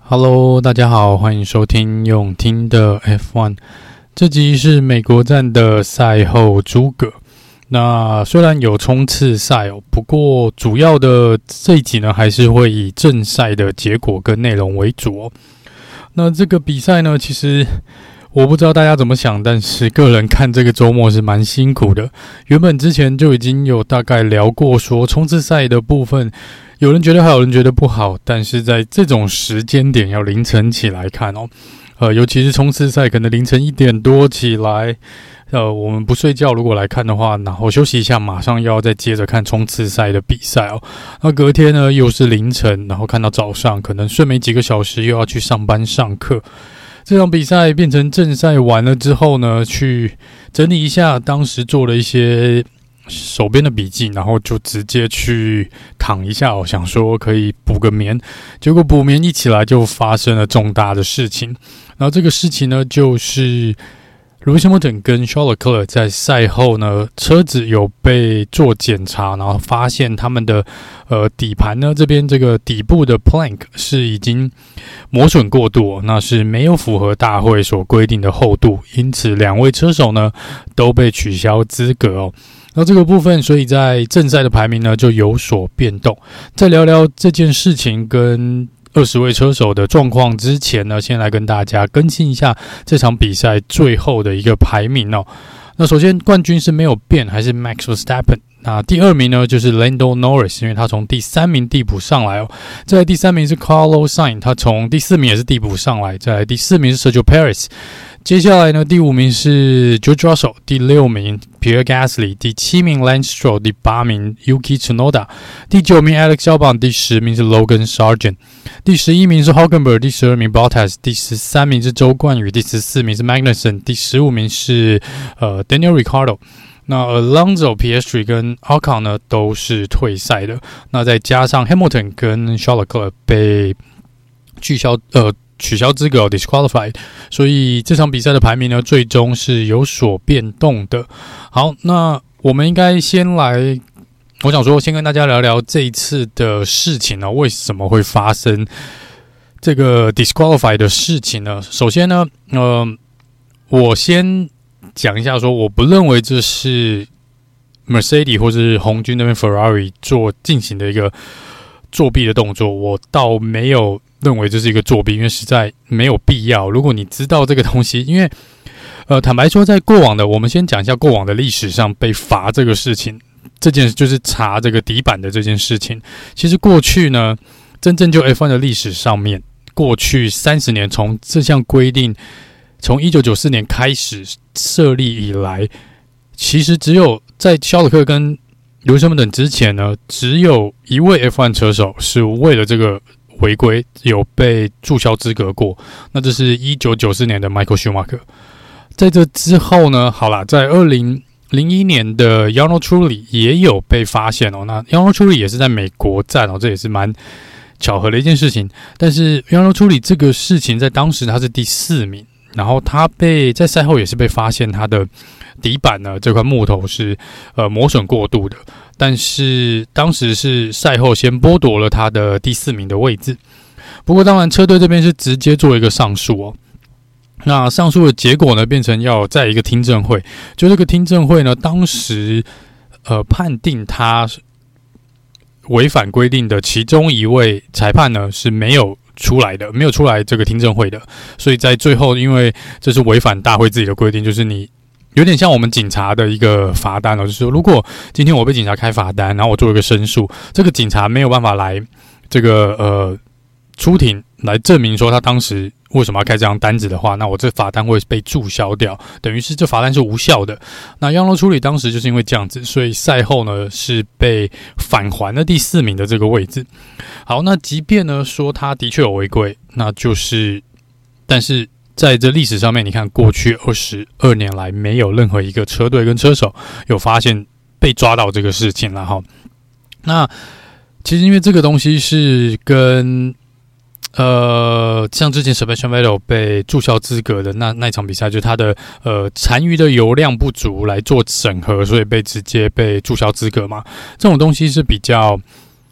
Hello， 大家好，欢迎收听用听的 F1。这集是美国站的赛后诸葛。那虽然有冲刺赛不过主要的这一集呢，还是会以正赛的结果跟内容为主那这个比赛呢，其实我不知道大家怎么想，但是个人看这个周末是蛮辛苦的。原本之前就已经有大概聊过说冲刺赛的部分，有人觉得好，有人觉得不好，但是在这种时间点要凌晨起来看尤其是冲刺赛可能凌晨1点多起来，我们不睡觉如果来看的话，然后休息一下，马上要再接着看冲刺赛的比赛那隔天呢又是凌晨，然后看到早上，可能睡没几个小时又要去上班上课。这场比赛变成正赛完了之后呢，去整理一下当时做了一些手边的笔记，然后就直接去躺一下想说可以补个眠。结果补眠一起来就发生了重大的事情。然后这个事情呢，就是Lewis Hamilton 跟 Charles Leclerc 在赛后呢，车子有被做检查，然后发现他们的底盘呢，这边这个底部的 plank 是已经磨损过度那是没有符合大会所规定的厚度，因此两位车手呢都被取消资格那这个部分，所以在正赛的排名呢就有所变动。在聊聊这件事情跟20位车手的状况之前呢，先来跟大家更新一下这场比赛最后的一个排名那首先冠军是没有变，还是 Max Verstappen。那第二名呢就是 Lando Norris， 因为他从第3名递补上来再来第3名是 Carlos Sainz， 他从第4名也是递补上来。再来第4名是 Sergio Perez。接下来呢，第5名是 George Russell， 第6名 Pierre Gasly， 第7名 Lance Stroll， 第8名 Yuki Tsunoda， 第9名 Alex Albon， 第10名是 Logan Sargent， 第11名是 Hülkenberg， 第12名 Bottas， 第13名是周冠宇，第14名是 Magnussen， 第15名是Daniel Ricciardo。那 Alonso、Piastri 跟 Ocon 呢都是退赛的。那再加上 Hamilton 跟 Charles Leclerc 被取消资格 disqualified， 所以这场比赛的排名呢最终是有所变动的。好，那我们应该先来，我想说先跟大家聊聊这一次的事情为什么会发生这个 disqualified 的事情呢？首先呢，我先讲一下说，我不认为这是 Mercedes 或是红军那边 Ferrari 进行的一个作弊的动作，我倒没有认为这是一个作弊，因为实在没有必要。如果你知道这个东西，因为坦白说，在过往的，我们先讲一下过往的历史上被罚这个事情，这件就是查这个底板的这件事情。其实过去呢，真正就 F1 的历史上面，过去30年从这项规定从1994年开始设立以来，其实只有在肖尔克跟刘森等之前呢，只有一位 F1 车手是为了这个违规有被注销资格过，那这是1994年的 Michael Schumacher。 在这之后呢，好啦，在2001年的 Jarno Trulli 也有被发现那 Jarno Trulli 也是在美国站这也是蛮巧合的一件事情。但是 Jarno Trulli 这个事情在当时他是第4名，然后他在赛后也是被发现他的底板呢这块木头是磨损过度的，但是当时是赛后先剥夺了他的第4名的位置。不过当然车队这边是直接做一个上诉那上诉的结果呢变成要在一个听证会，就这个听证会呢当时判定他违反规定的其中一位裁判呢是没有出来这个听证会的。所以在最后，因为这是违反大会自己的规定，就是你有点像我们警察的一个罚单就是说，如果今天我被警察开罚单，然后我做一个申诉，这个警察没有办法来这个出庭来证明说他当时为什么要开这张单子的话，那我这罚单会被注销掉，等于是这罚单是无效的。那Jarno Trulli当时就是因为这样子，所以赛后呢是被返还了第4名的这个位置。好，那即便呢说他的确有违规，那就是但是在这历史上面，你看过去22年来，没有任何一个车队跟车手有发现被抓到这个事情了那其实因为这个东西是跟像之前 Sebastian Vettel 被注销资格的那场比赛，就是他的残余的油量不足来做审核，所以直接被注销资格嘛。这种东西是比较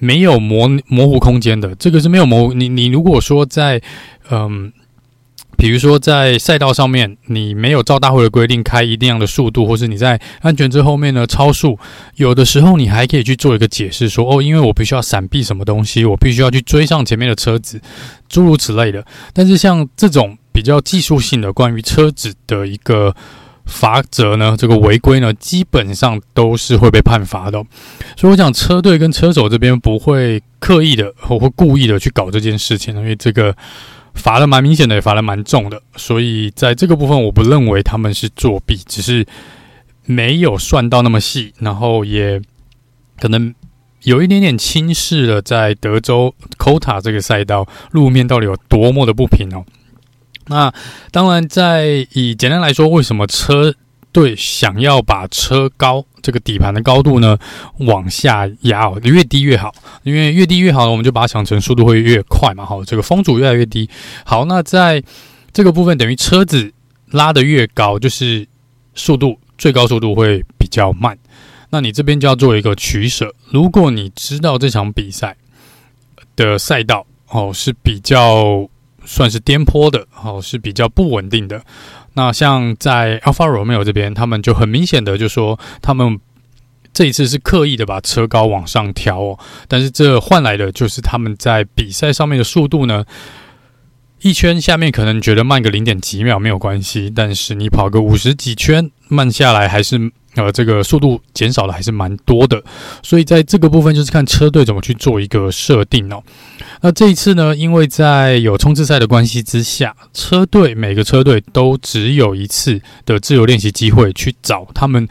没有模糊空间的，这个是没有模糊。你如果说在比如说在赛道上面，你没有照大会的规定开一定样的速度，或是你在安全车后面呢超速，有的时候你还可以去做一个解释说，因为我必须要闪避什么东西，我必须要去追上前面的车子，诸如此类的。但是像这种比较技术性的关于车子的一个罚则呢，这个违规呢，基本上都是会被判罚的。所以我想车队跟车手这边不会刻意的或故意的去搞这件事情，因为这个罚了蛮明显的，也罚了蛮重的，所以在这个部分我不认为他们是作弊，只是没有算到那么细，然后也可能有一点点轻视了在德州 Kota 这个赛道路面到底有多么的不平哦。那当然以简单来说，为什么车队想要把车高这个底盘的高度呢往下压越低越好，因为越低越好，我们就把它想成速度会越快嘛，这个风阻越来越低。好，那在这个部分等于车子拉得越高，就是最高速度会比较慢。那你这边就要做一个取舍。如果你知道这场比赛的赛道是比较算是颠簸的，是比较不稳定的。那像在 Alfa Romeo 这边，他们就很明显的就说，他们这一次是刻意的把车高往上调但是这换来的就是他们在比赛上面的速度呢，一圈下面可能觉得慢个 0. 几秒没有关系，但是你跑个50几圈慢下来还是这个速度减少的还是蛮多的，所以在这个部分就是看车队怎么去做一个设定那这一次呢，因为在有冲刺赛的关系之下，每个车队都只有一次的自由练习机会去找他们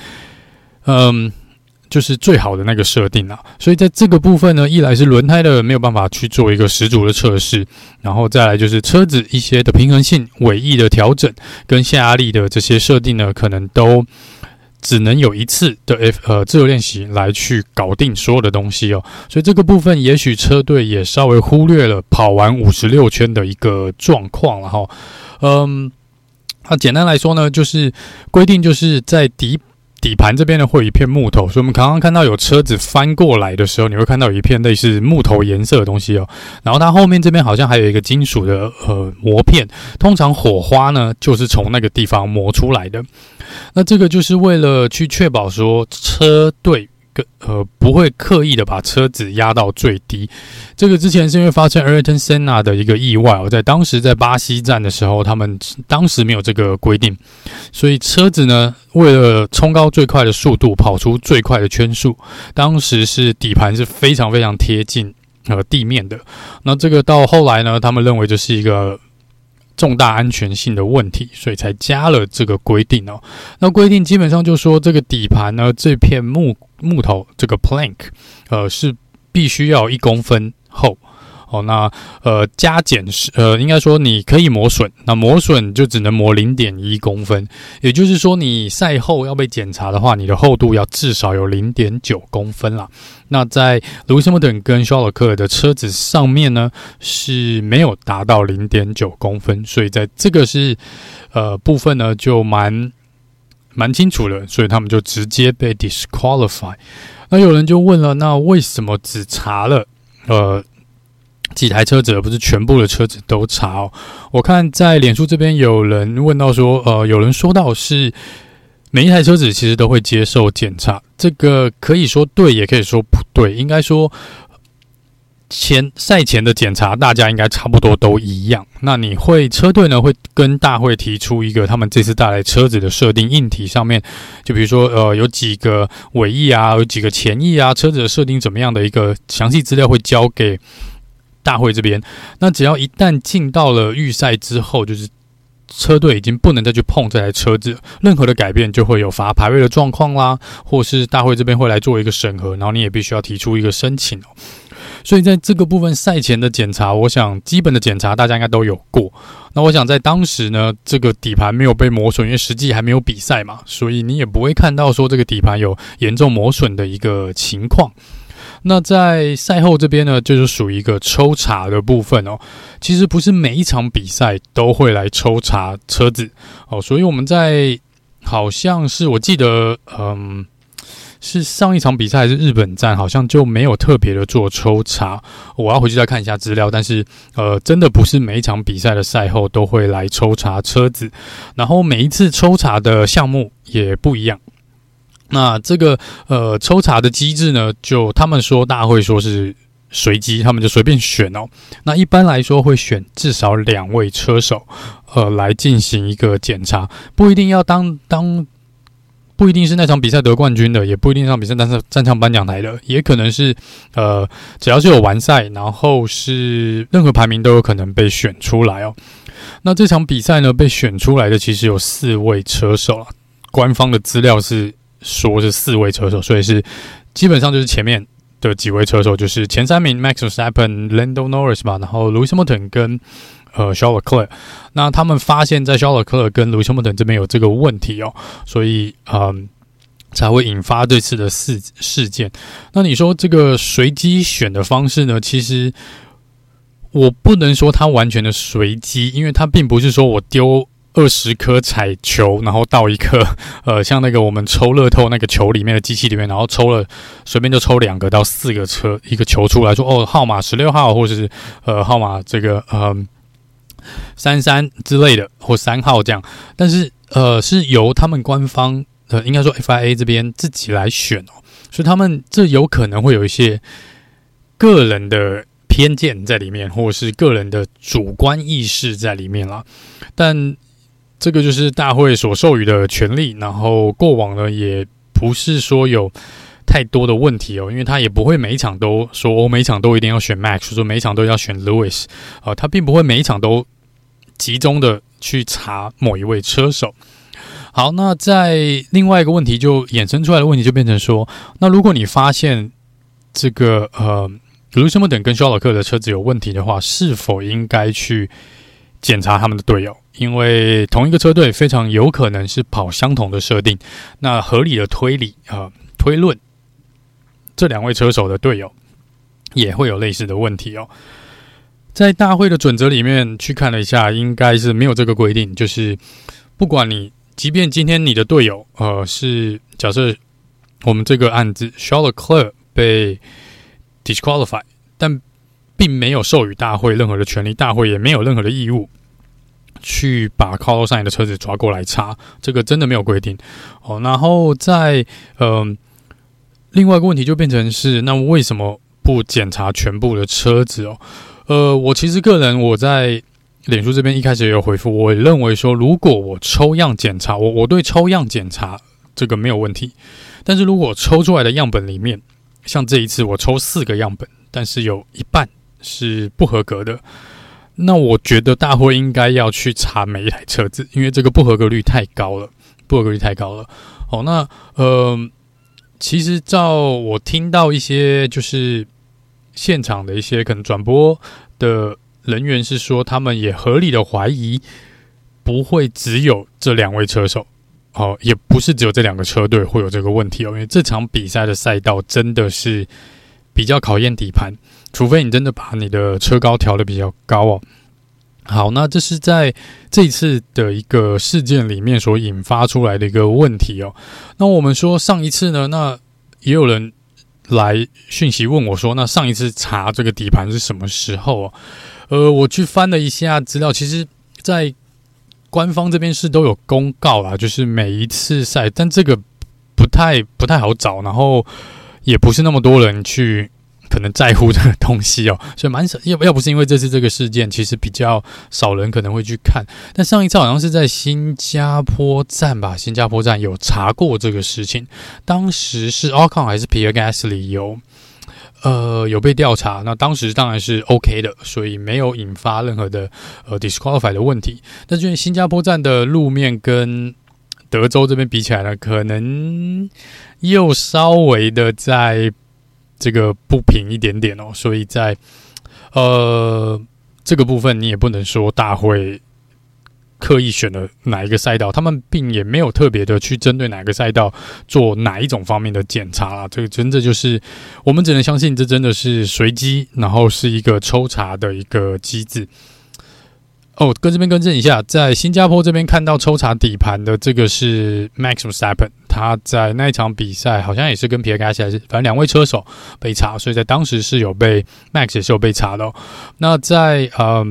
就是最好的那个设定所以在这个部分呢，一来是轮胎的没有办法去做一个十足的测试，然后再来就是车子一些的平衡性、尾翼的调整跟下压力的这些设定呢，可能都只能有一次的自由练习来去搞定所有的东西所以这个部分也许车队也稍微忽略了跑完56圈的一个状况了简单来说呢，就是规定就是在底盘这边呢会有一片木头，所以我们刚刚看到有车子翻过来的时候，你会看到有一片类似木头颜色的东西然后它后面这边好像还有一个金属的膜片，通常火花呢就是从那个地方磨出来的。那这个就是为了去确保说车队不会刻意的把车子压到最低。这个之前是因为发生 Ayrton Senna 的一个意外在当时在巴西站的时候，他们当时没有这个规定，所以车子呢为了冲高最快的速度，跑出最快的圈数，当时是底盘是非常非常贴近地面的。那这个到后来呢，他们认为这是一个重大安全性的问题，所以才加了这个规定那规定基本上就说，这个底盘呢，这片木头这个 plank 是必须要1公分厚那加减应该说你可以磨损，那磨损就只能磨 0.1 公分，也就是说你赛后要被检查的话，你的厚度要至少有 0.9 公分啦。那在 Lewis Hamilton 跟肖尔克尔的车子上面呢是没有达到 0.9 公分，所以在这个是部分呢就蛮清楚了，所以他们就直接被 disqualify。 那有人就问了，那为什么只查了几台车子而不是全部的车子都查我看在脸书这边有人问到说有人说到是每一台车子其实都会接受检查，这个可以说对也可以说不对，应该说赛前的检查大家应该差不多都一样。那车队呢会跟大会提出一个他们这次带来车子的设定硬体上面，就比如说有几个尾翼有几个前翼车子的设定怎么样的一个详细资料会交给大会这边。那只要一旦进到了预赛之后，就是车队已经不能再去碰这台车子，任何的改变就会有罚排位的状况啦，或是大会这边会来做一个审核，然后你也必须要提出一个申请所以在这个部分赛前的检查，我想基本的检查大家应该都有过。那我想在当时呢，这个底盘没有被磨损，因为实际还没有比赛嘛，所以你也不会看到说这个底盘有严重磨损的一个情况。那在赛后这边呢，就是属于一个抽查的部分其实不是每一场比赛都会来抽查车子所以我们在好像是我记得是上一场比赛还是日本站，好像就没有特别的做抽查。我要回去再看一下资料，但是真的不是每一场比赛的赛后都会来抽查车子，然后每一次抽查的项目也不一样。那这个抽查的机制呢，就他们说大会说是随机，他们就随便选哦。那一般来说会选至少2位车手，来进行一个检查，不一定要不一定是那场比赛得冠军的，也不一定那场比赛站上颁奖台的，也可能是只要是有完赛，然后是任何排名都有可能被选出来哦。那这场比赛呢，被选出来的其实有4位车手啦，官方的资料是说是4位车手，所以是基本上就是前面的几位车手，就是前3名 Max Verstappen、Lando Norris 吧，然后 Lewis Hamilton 跟Charles Leclerc。那他们发现在 Charles Leclerc 跟 Lewis Hamilton 这边有这个问题哦，所以才会引发这次的事件。那你说这个随机选的方式呢？其实我不能说它完全的随机，因为它并不是说我丢20颗彩球，然后到一个像那个我们抽乐透那个球里面的机器里面，然后随便就抽2个到4个一个球出来说号码16号或者是号码这个33之类的或3号这样，但是是由他们官方应该说 FIA 这边自己来选哦，所以他们这有可能会有一些个人的偏见在里面，或者是个人的主观意识在里面啦，但这个就是大会所授予的权利，然后过往呢也不是说有太多的问题哦，因为他也不会每一场都说每一场都一定要选 Max， 说每一场都要选 Lewis， 他并不会每一场都集中的去查某一位车手。好，那在另外一个问题就衍生出来的问题就变成说，那如果你发现这个Lewis Hamilton 跟肖尔克的车子有问题的话，是否应该去检查他们的队友？因为同一个车队非常有可能是跑相同的设定，那合理的推论，这2位车手的队友也会有类似的问题哦。在大会的准则里面去看了一下，应该是没有这个规定，就是不管你，即便今天你的队友是假设我们这个案子 Charles Leclerc 被 disqualify， 但并没有授予大会任何的权利，大会也没有任何的义务去把 Carlos Sainz 的车子抓过来查，这个真的没有规定哦。然后在另外一个问题就变成是，那为什么不检查全部的车子哦？我其实个人我在脸书这边一开始也有回复，我也认为说，如果我抽样检查，我对抽样检查这个没有问题，但是如果抽出来的样本里面，像这一次我抽4个样本，但是有一半是不合格的，那我觉得大会应该要去查每一台车子，因为这个不合格率太高了。好，那其实照我听到一些就是现场的一些可能转播的人员是说，他们也合理的怀疑不会只有这2位车手，也不是只有这2个车队会有这个问题哦，因为这场比赛的赛道真的是比较考验底盘，除非你真的把你的车高调得比较高哦。好，那这是在这一次的一个事件里面所引发出来的一个问题哦。那我们说上一次呢，那也有人来讯息问我说，那上一次查这个底盘是什么时候我去翻了一下资料，其实在官方这边是都有公告啦，就是每一次赛，但这个不太好找，然后也不是那么多人去可能在乎这个东西哦，所以蛮少。要不是因为这次这个事件，其实比较少人可能会去看。但上一次好像是在新加坡站吧，新加坡站有查过这个事情，当时是 Ocon 还是 Pierre Gasly 有被调查，那当时当然是 OK 的，所以没有引发任何的disqualify 的问题。但是因为新加坡站的路面跟德州这边比起来呢，可能又稍微的在这个不平一点点哦，所以在这个部分你也不能说大会刻意选了哪一个赛道，他们并也没有特别的去针对哪个赛道做哪一种方面的检查啦。这个真的就是我们只能相信这真的是随机，然后是一个抽查的一个机制。 跟这边更正一下，在新加坡这边看到抽查底盘的这个是 Max Verstappen， 他在那一场比赛好像也是跟皮耶加西，反正两位车手被查，所以在当时是有被 Max 也是有被查的。那在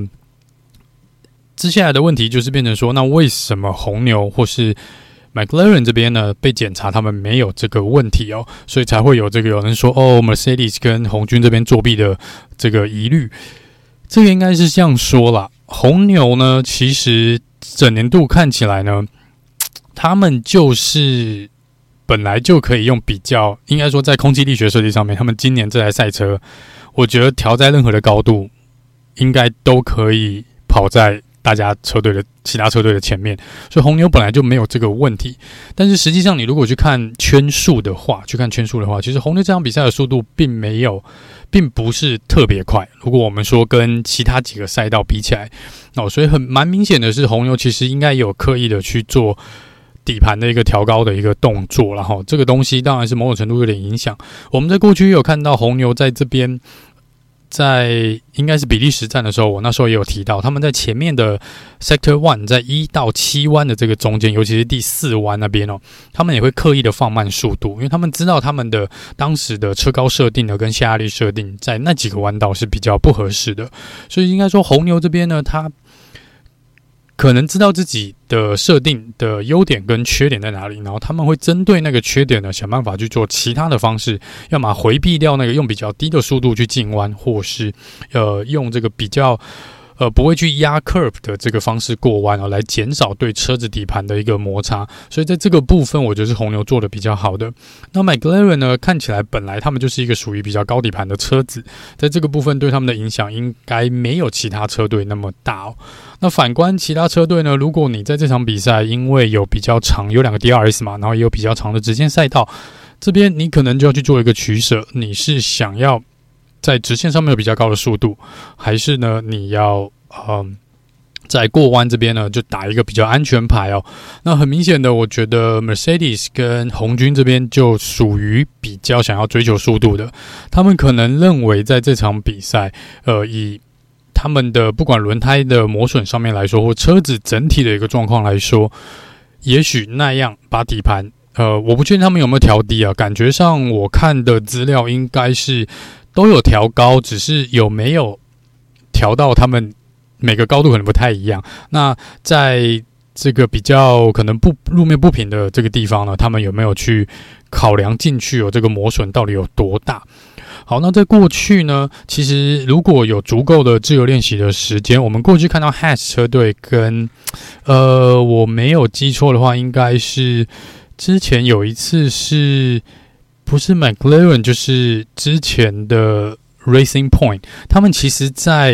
接下来的问题就是变成说，那为什么红牛或是 McLaren 这边呢被检查他们没有这个问题所以才会有这个有人说Mercedes 跟红军这边作弊的这个疑虑。这个应该是这样说啦，红牛呢其实整年度看起来呢，他们就是本来就可以用比较，应该说在空气力学设计上面，他们今年这台赛车我觉得调在任何的高度应该都可以跑在大家其他车队的前面，所以红牛本来就没有这个问题。但是实际上你如果去看圈数的话，其实红牛这场比赛的速度并不是特别快，如果我们说跟其他几个赛道比起来所以蛮明显的是红牛其实应该有刻意的去做底盘的一个调高的一个动作，然后这个东西当然是某种程度有点影响。我们在过去有看到红牛在这边在应该是比利时站的时候，我那时候也有提到，他们在前面的 Sector 1， 在1到7弯的这个中间，尤其是第4弯那边他们也会刻意的放慢速度，因为他们知道他们的当时的车高设定呢跟下压力设定在那几个弯道是比较不合适的，所以应该说红牛这边呢，他可能知道自己的设定的优点跟缺点在哪里，然后他们会针对那个缺点呢，想办法去做其他的方式，要么回避掉那个用比较低的速度去进弯，或是用这个比较不会去压 curve 的这个方式过弯来减少对车子底盘的一个摩擦。所以在这个部分，我觉得是红牛做的比较好的。那 McLaren 呢，看起来本来他们就是一个属于比较高底盘的车子，在这个部分对他们的影响应该没有其他车队那么大那反观其他车队呢，如果你在这场比赛因为有比较长，有2个 DRS 嘛，然后也有比较长的直线赛道，这边你可能就要去做一个取舍，你是想要在直线上面有比较高的速度，还是呢你要在过弯这边呢就打一个比较安全牌那很明显的，我觉得 Mercedes 跟红军这边就属于比较想要追求速度的，他们可能认为在这场比赛以他们的不管轮胎的磨损上面来说，或车子整体的一个状况来说，也许那样把底盘我不确定他们有没有调低感觉上我看的资料应该是都有调高，只是有没有调到他们每个高度可能不太一样。那在这个比较可能路面不平的这个地方呢，他们有没有去考量进去这个磨损到底有多大？好，那在过去呢，其实如果有足够的自由练习的时间，我们过去看到 Haas 车队跟我没有记错的话，应该是之前有一次是不是 McLaren 就是之前的 Racing Point， 他们其实在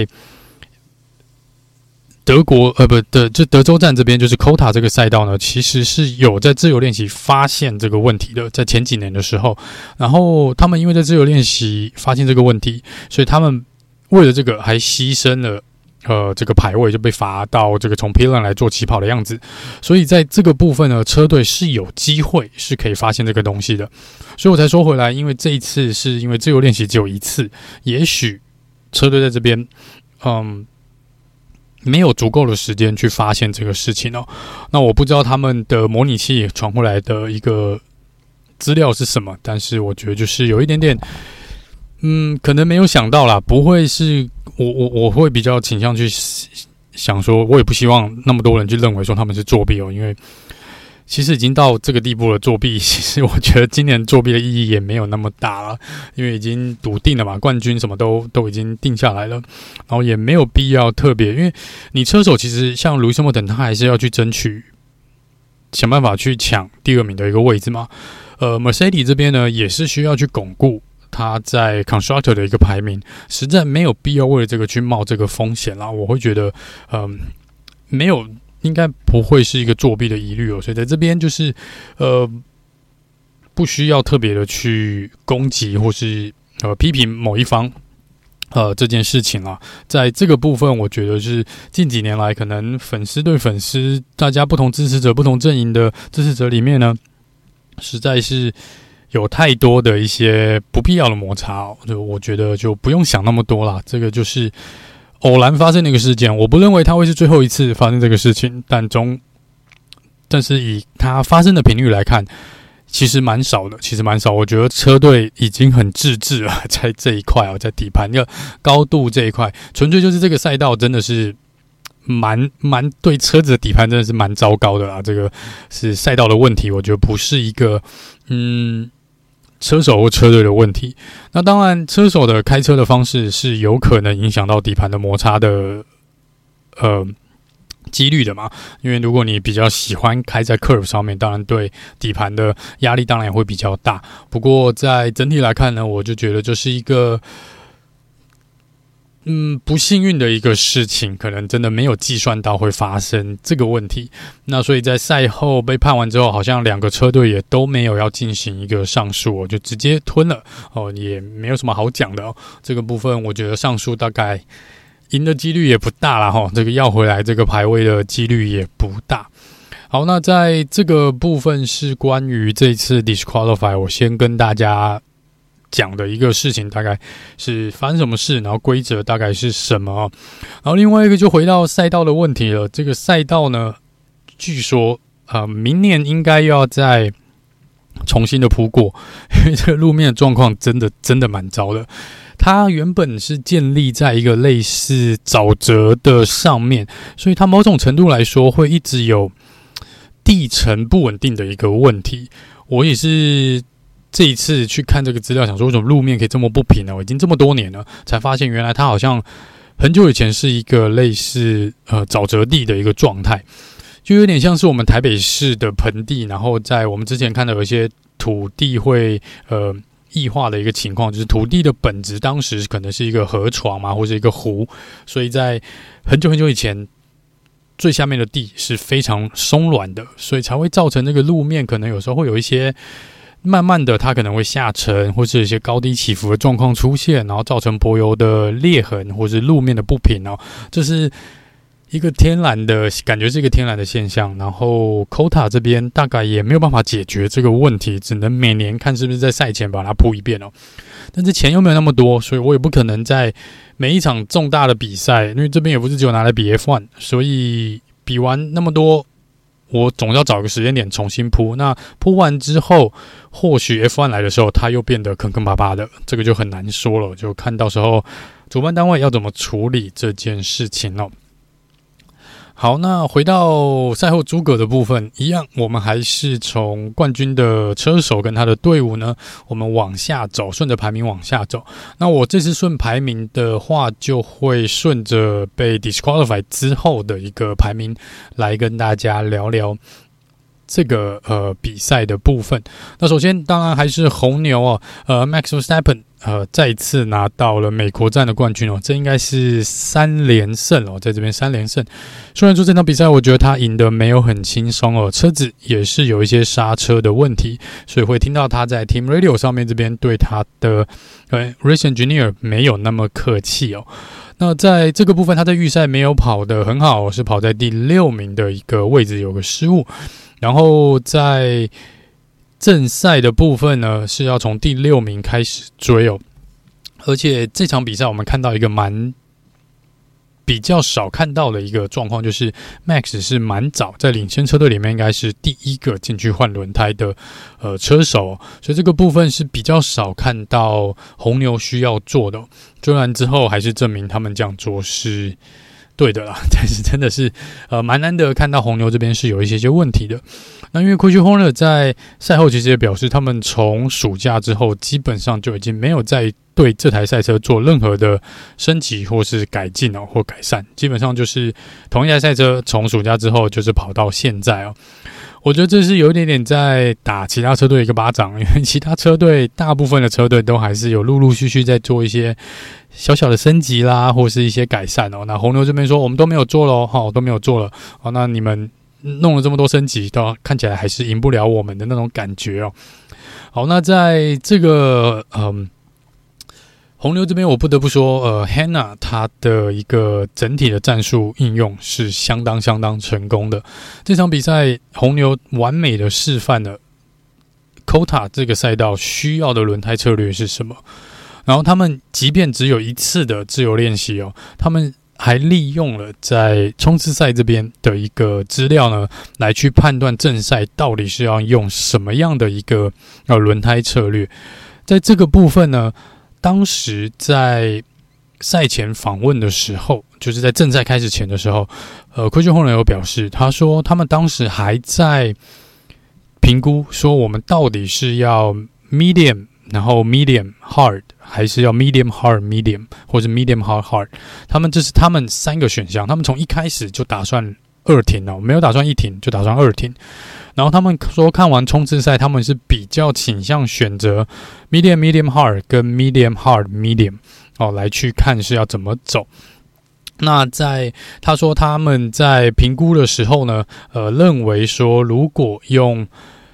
德国就德州站这边就是 Kota 这个赛道呢，其实是有在自由练习发现这个问题的，在前几年的时候，然后他们因为在自由练习发现这个问题，所以他们为了这个还牺牲了这个排位，就被罚到这个从 P1 来做起跑的样子，所以在这个部分呢，车队是有机会是可以发现这个东西的，所以我才说回来，因为这一次是因为自由练习只有一次，也许车队在这边没有足够的时间去发现这个事情那我不知道他们的模拟器传回来的一个资料是什么，但是我觉得就是有一点点可能没有想到啦，不会是我会比较倾向去想说，我也不希望那么多人去认为说他们是作弊因为其实已经到这个地步了，作弊其实我觉得今年作弊的意义也没有那么大了，因为已经笃定了嘛，冠军什么都已经定下来了，然后也没有必要特别，因为你车手其实像卢易斯莫等他还是要去争取想办法去抢第2名的一个位置嘛Mercedes 这边呢也是需要去巩固他在 Constructor 的一个排名，实在没有必要为了这个去冒这个风险啦，我会觉得没有应该不会是一个作弊的疑虑所以在这边就是不需要特别的去攻击或是批评某一方这件事情啦。在这个部分我觉得是近几年来可能粉丝对粉丝，大家不同支持者不同阵营的支持者里面呢，实在是有太多的一些不必要的摩擦我觉得就不用想那么多啦，这个就是偶然发生的一个事件，我不认为它会是最后一次发生这个事情，但是以它发生的频率来看，其实蛮少的，我觉得车队已经很自制了，在这一块在底盘的高度这一块，纯粹就是这个赛道真的是蛮对车子的底盘真的是蛮糟糕的啦。这个是赛道的问题，我觉得不是一个车手或车队的问题。那当然，车手的开车的方式是有可能影响到底盘的摩擦的几率的嘛，因为如果你比较喜欢开在 curve 上面，当然对底盘的压力当然也会比较大。不过在整体来看呢，我就觉得这是一个不幸运的一个事情，可能真的没有计算到会发生这个问题。那所以在赛后被判完之后，好像两个车队也都没有要进行一个上诉，就直接吞了也没有什么好讲的这个部分我觉得上诉大概赢的几率也不大啦这个要回来这个排位的几率也不大。好，那在这个部分是关于这次 disqualify 我先跟大家讲的一个事情，大概是发生什么事，然后规则大概是什么然后另外一个就回到赛道的问题了。这个赛道呢，据说明年应该要再重新的铺过，因为这个路面的状况真的蛮糟的。它原本是建立在一个类似沼泽的上面，所以它某种程度来说会一直有地层不稳定的一个问题。我也是这一次去看这个资料，想说为什么路面可以这么不平呢？已经这么多年了，才发现原来它好像很久以前是一个类似沼泽地的一个状态，就有点像是我们台北市的盆地，然后在我们之前看到有一些土地会异化的一个情况，就是土地的本质当时可能是一个河床嘛，或是一个湖，所以在很久以前最下面的地是非常松软的，所以才会造成那个路面可能有时候会有一些慢慢的它可能会下沉，或是有一些高低起伏的状况出现，然后造成柏油的裂痕或是路面的不平这是一个天然的感觉，是一个天然的现象。然后 Kota 这边大概也没有办法解决这个问题，只能每年看是不是在赛前把它铺一遍但是钱又没有那么多，所以我也不可能在每一场重大的比赛，因为这边也不是只有拿来比 F1， 所以比完那么多，我总要找个时间点重新铺。那铺完之后，或许 F1 来的时候，它又变得坑坑巴巴的，这个就很难说了。就看到时候主办单位要怎么处理这件事情好，那回到赛后诸葛的部分，一样，我们还是从冠军的车手跟他的队伍呢，我们往下走，顺着排名往下走。那我这次顺排名的话，就会顺着被 disqualify 之后的一个排名来跟大家聊聊这个比赛的部分。那首先当然还是红牛Max Verstappen再次拿到了美国站的冠军这应该是3连胜在这边3连胜。虽然说这场比赛我觉得他赢得没有很轻松车子也是有一些刹车的问题，所以会听到他在 Team Radio 上面这边对他的Race Engineer 没有那么客气那在这个部分他在预赛没有跑得很好是跑在第6名的一个位置有个失误。然后在正赛的部分呢，是要从第6名开始追而且这场比赛我们看到一个比较少看到的一个状况，就是 Max 是蛮早在领先车队里面应该是第一个进去换轮胎的车手所以这个部分是比较少看到红牛需要做的追完之后还是证明他们这样做是对的啦，但是真的是蛮难得看到红牛这边是有一些问题的。那因为 Christian Horner 在赛后其实也表示，他们从暑假之后基本上就已经没有再对这台赛车做任何的升级或是改进或改善，基本上就是同一台赛车从暑假之后就是跑到现在我觉得这是有一点点在打其他车队一个巴掌，因为其他车队大部分的车队都还是有陆陆续续在做一些小小的升级啦，或是一些改善那红牛这边说我们都没有做了都没有做了那你们弄了这么多升级，到看起来还是赢不了我们的那种感觉好，那在这个红牛这边我不得不说Hanna 他的一个整体的战术应用是相当成功的。这场比赛红牛完美的示范了 Kota 这个赛道需要的轮胎策略是什么，然后他们即便只有一次的自由练习他们还利用了在冲刺赛这边的一个资料呢，来去判断正赛到底是要用什么样的一个轮胎策略。在这个部分呢，当时在赛前访问的时候，就是在正赛开始前的时候，Christian Horner有表示，他说他们当时还在评估说我们到底是要 medium， 然后 medium hard， 还是要 medium hard medium， 或者 medium hard hard。这是他们3个选项，他们从一开始就打算2停哦，没有打算1停，就打算2停。然后他们说看完冲刺赛，他们是比较倾向选择 medium medium hard 跟 medium hard medium 来去看是要怎么走。那他说他们在评估的时候呢，认为说如果用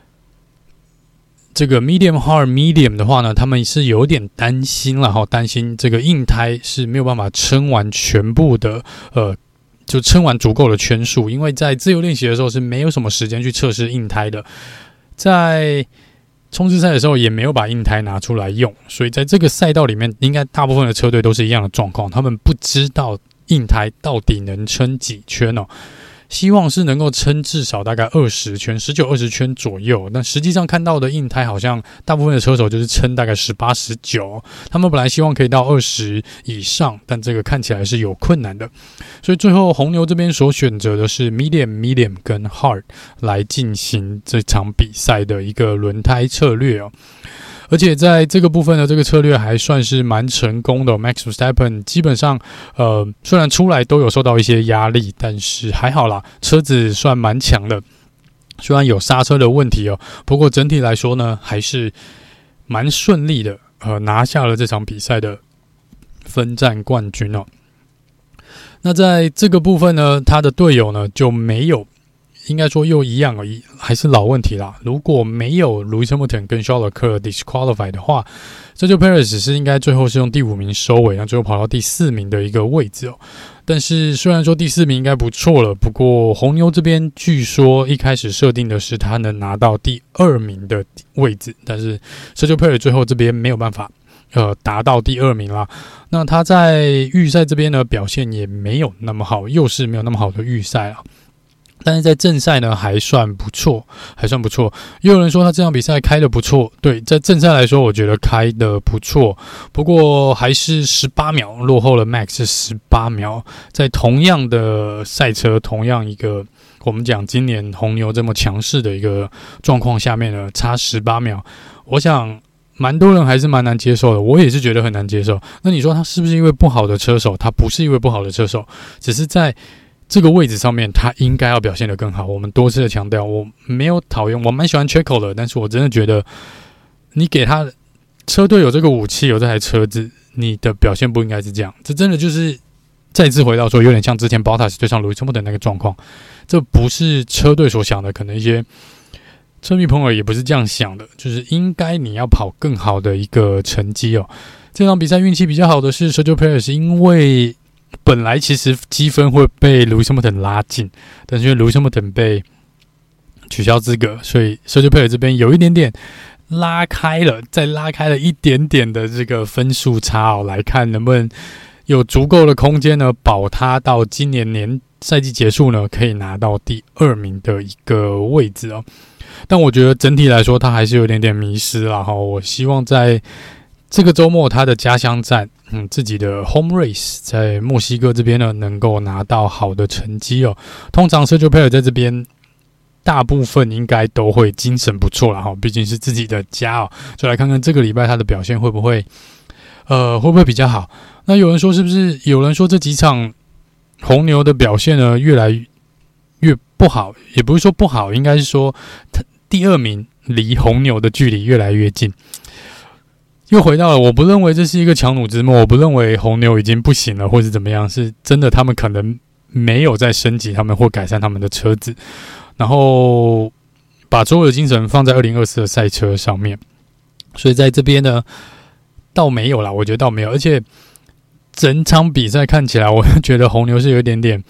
这个 medium hard medium 的话呢，他们是有点担心了，担心这个硬胎是没有办法撑完全部的就撑完足够的圈数，因为在自由练习的时候是没有什么时间去测试硬胎的，在冲刺赛的时候也没有把硬胎拿出来用，所以在这个赛道里面，应该大部分的车队都是一样的状况，他们不知道硬胎到底能撑几圈哦。希望是能够撑至少大概20圈，19、20圈左右。但实际上看到的硬胎好像大部分的车手就是撑大概18、19。他们本来希望可以到20以上，但这个看起来是有困难的。所以最后红牛这边所选择的是 medium 跟 hard 来进行这场比赛的一个轮胎策略哦。而且在这个部分呢，这个策略还算是蛮成功的。Max Verstappen 基本上，虽然出来都有受到一些压力，但是还好啦，车子算蛮强的。虽然有刹车的问题哦，不过整体来说呢，还是蛮顺利的，拿下了这场比赛的分站冠军哦。那在这个部分呢，他的队友呢就没有。应该说又一样而已，还是老问题啦。如果没有 Lewis Hamilton 跟 Charles Leclerc disqualify 的话，Sergio Perez 是应该最后是用第5名收尾，然后最后跑到第4名的一个位置哦。但是虽然说第4名应该不错了，不过红牛这边据说一开始设定的是他能拿到第2名的位置，但是 Sergio Perez 最后这边没有办法达到第2名啦。那他在预赛这边呢表现也没有那么好，又是没有那么好的预赛啦。但是在正赛呢还算不错。也有人说他这场比赛开得不错，对，在正赛来说我觉得开得不错，不过还是18秒落后了 Max 18秒，在同样的赛车，同样一个我们讲今年红牛这么强势的一个状况下面呢，差18秒，我想蛮多人还是蛮难接受的，我也是觉得很难接受。那你说他是不是因为不好的车手？他不是因为不好的车手，只是在这个位置上面他应该要表现得更好。我们多次的强调，我没有讨厌，我蛮喜欢 Checo 的，但是我真的觉得你给他车队有这个武器，有这台车子，你的表现不应该是这样。这真的就是再次回到说，有点像之前 Bottas 对上 Lewis Hamilton 的那个状况，这不是车队所想的，可能一些车迷朋友也不是这样想的，就是应该你要跑更好的一个成绩哦。这场比赛运气比较好的是 Sergio Perez， 因为本来其实积分会被 Lewis Hamilton 拉近，但是因为 Lewis Hamilton 被取消资格，所以 Sergio Perez 这边有一点点再拉开了一点点的这个分数差哦，来看能不能有足够的空间呢，保他到今年赛季结束呢，可以拿到第2名的一个位置哦。但我觉得整体来说，他还是有点点迷失啦。我希望在这个周末他的家乡站，自己的 home race 在墨西哥这边呢，能够拿到好的成绩哦。通常 Sergio Perez 在这边大部分应该都会精神不错啦，毕竟是自己的家哦。就来看看这个礼拜他的表现会不会比较好。那有人说这几场红牛的表现呢越来越不好，也不是说不好，应该是说第2名离红牛的距离越来越近。又回到了，我不认为这是一个强弩之末，我不认为红牛已经不行了，或是怎么样，是真的他们可能没有在升级他们或改善他们的车子，然后把所有的精神放在2024的赛车上面。所以在这边呢，倒没有啦，我觉得倒没有，而且整场比赛看起来，我觉得红牛是有一点点，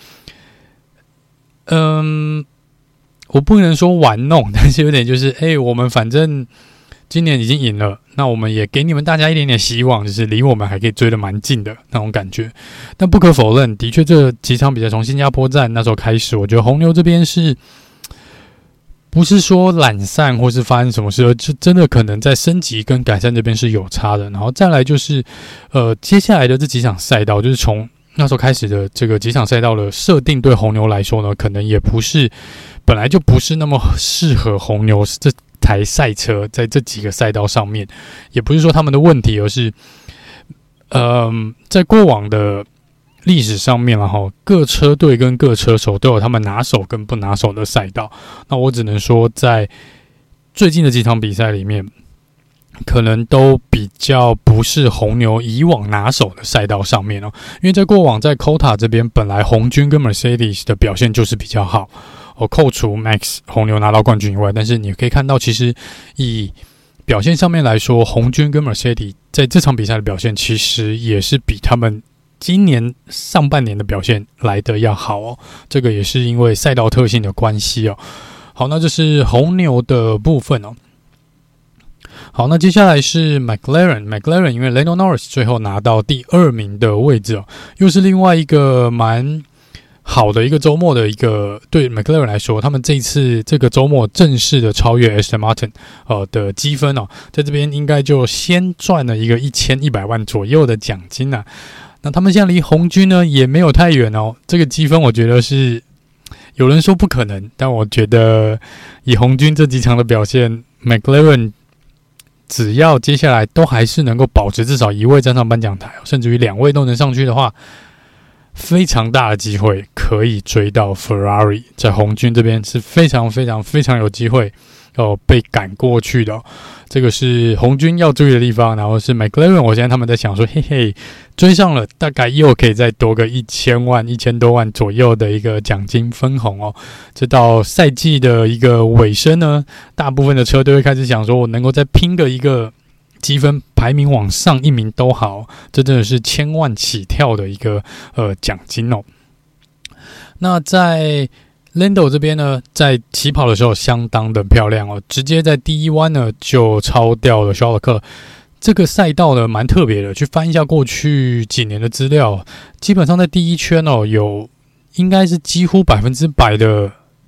我不能说玩弄，但是有点就是，我们反正今年已经赢了，那我们也给你们大家一点点希望，就是离我们还可以追得蛮近的那种感觉。但不可否认，的确这几场比赛从新加坡站那时候开始，我觉得红牛这边是不是说懒散或是发生什么事，就真的可能在升级跟改善这边是有差的。然后再来就是接下来的这几场赛道，就是从那时候开始的这个几场赛道的设定，对红牛来说呢，可能也不是本来就不是那么适合红牛这台赛车在这几个赛道上面，也不是说他们的问题，而是在过往的历史上面，然后各车队跟各车手都有他们拿手跟不拿手的赛道。那我只能说，在最近的几场比赛里面，可能都比较不是红牛以往拿手的赛道上面哦。因为在过往在 COTA 这边，本来红军跟 Mercedes 的表现就是比较好哦，扣除 Max 红牛拿到冠军以外，但是你可以看到，其实以表现上面来说，红军跟 Mercedes 在这场比赛的表现，其实也是比他们今年上半年的表现来得要好哦，这个也是因为赛道特性的关系哦。好，那这是红牛的部分哦。好，那接下来是 McLaren 因为 Lando Norris 最后拿到第2名的位置哦，又是另外一个蛮好的一个周末的一个对 McLaren 来说，他们这一次这个周末正式的超越 Aston Martin 的积分哦，在这边应该就先赚了一个1100万左右的奖金啊。那他们现在离红军呢也没有太远哦，这个积分我觉得是有人说不可能，但我觉得以红军这几场的表现 ，McLaren 只要接下来都还是能够保持至少1位站上颁奖台，甚至于2位都能上去的话，非常大的机会可以追到 Ferrari， 在红军这边是非常非常非常有机会被赶过去的哦。这个是红军要注意的地方，然后是 McLaren， 我现在他们在想说，嘿嘿，追上了，大概又可以再多个1000多万左右的一个奖金分红哦。这到赛季的一个尾声呢，大部分的车队会开始想说，我能够再拼个一个积分排名往上1名都好，这真的是1000万起跳的一个奖金哦。那在Lando 这边呢，在起跑的时候相当的漂亮哦，直接在第1弯呢就超掉了肖尔克。这个赛道呢蛮特别的，去翻一下过去几年的资料，基本上在第1圈哦，有应该是几乎100%的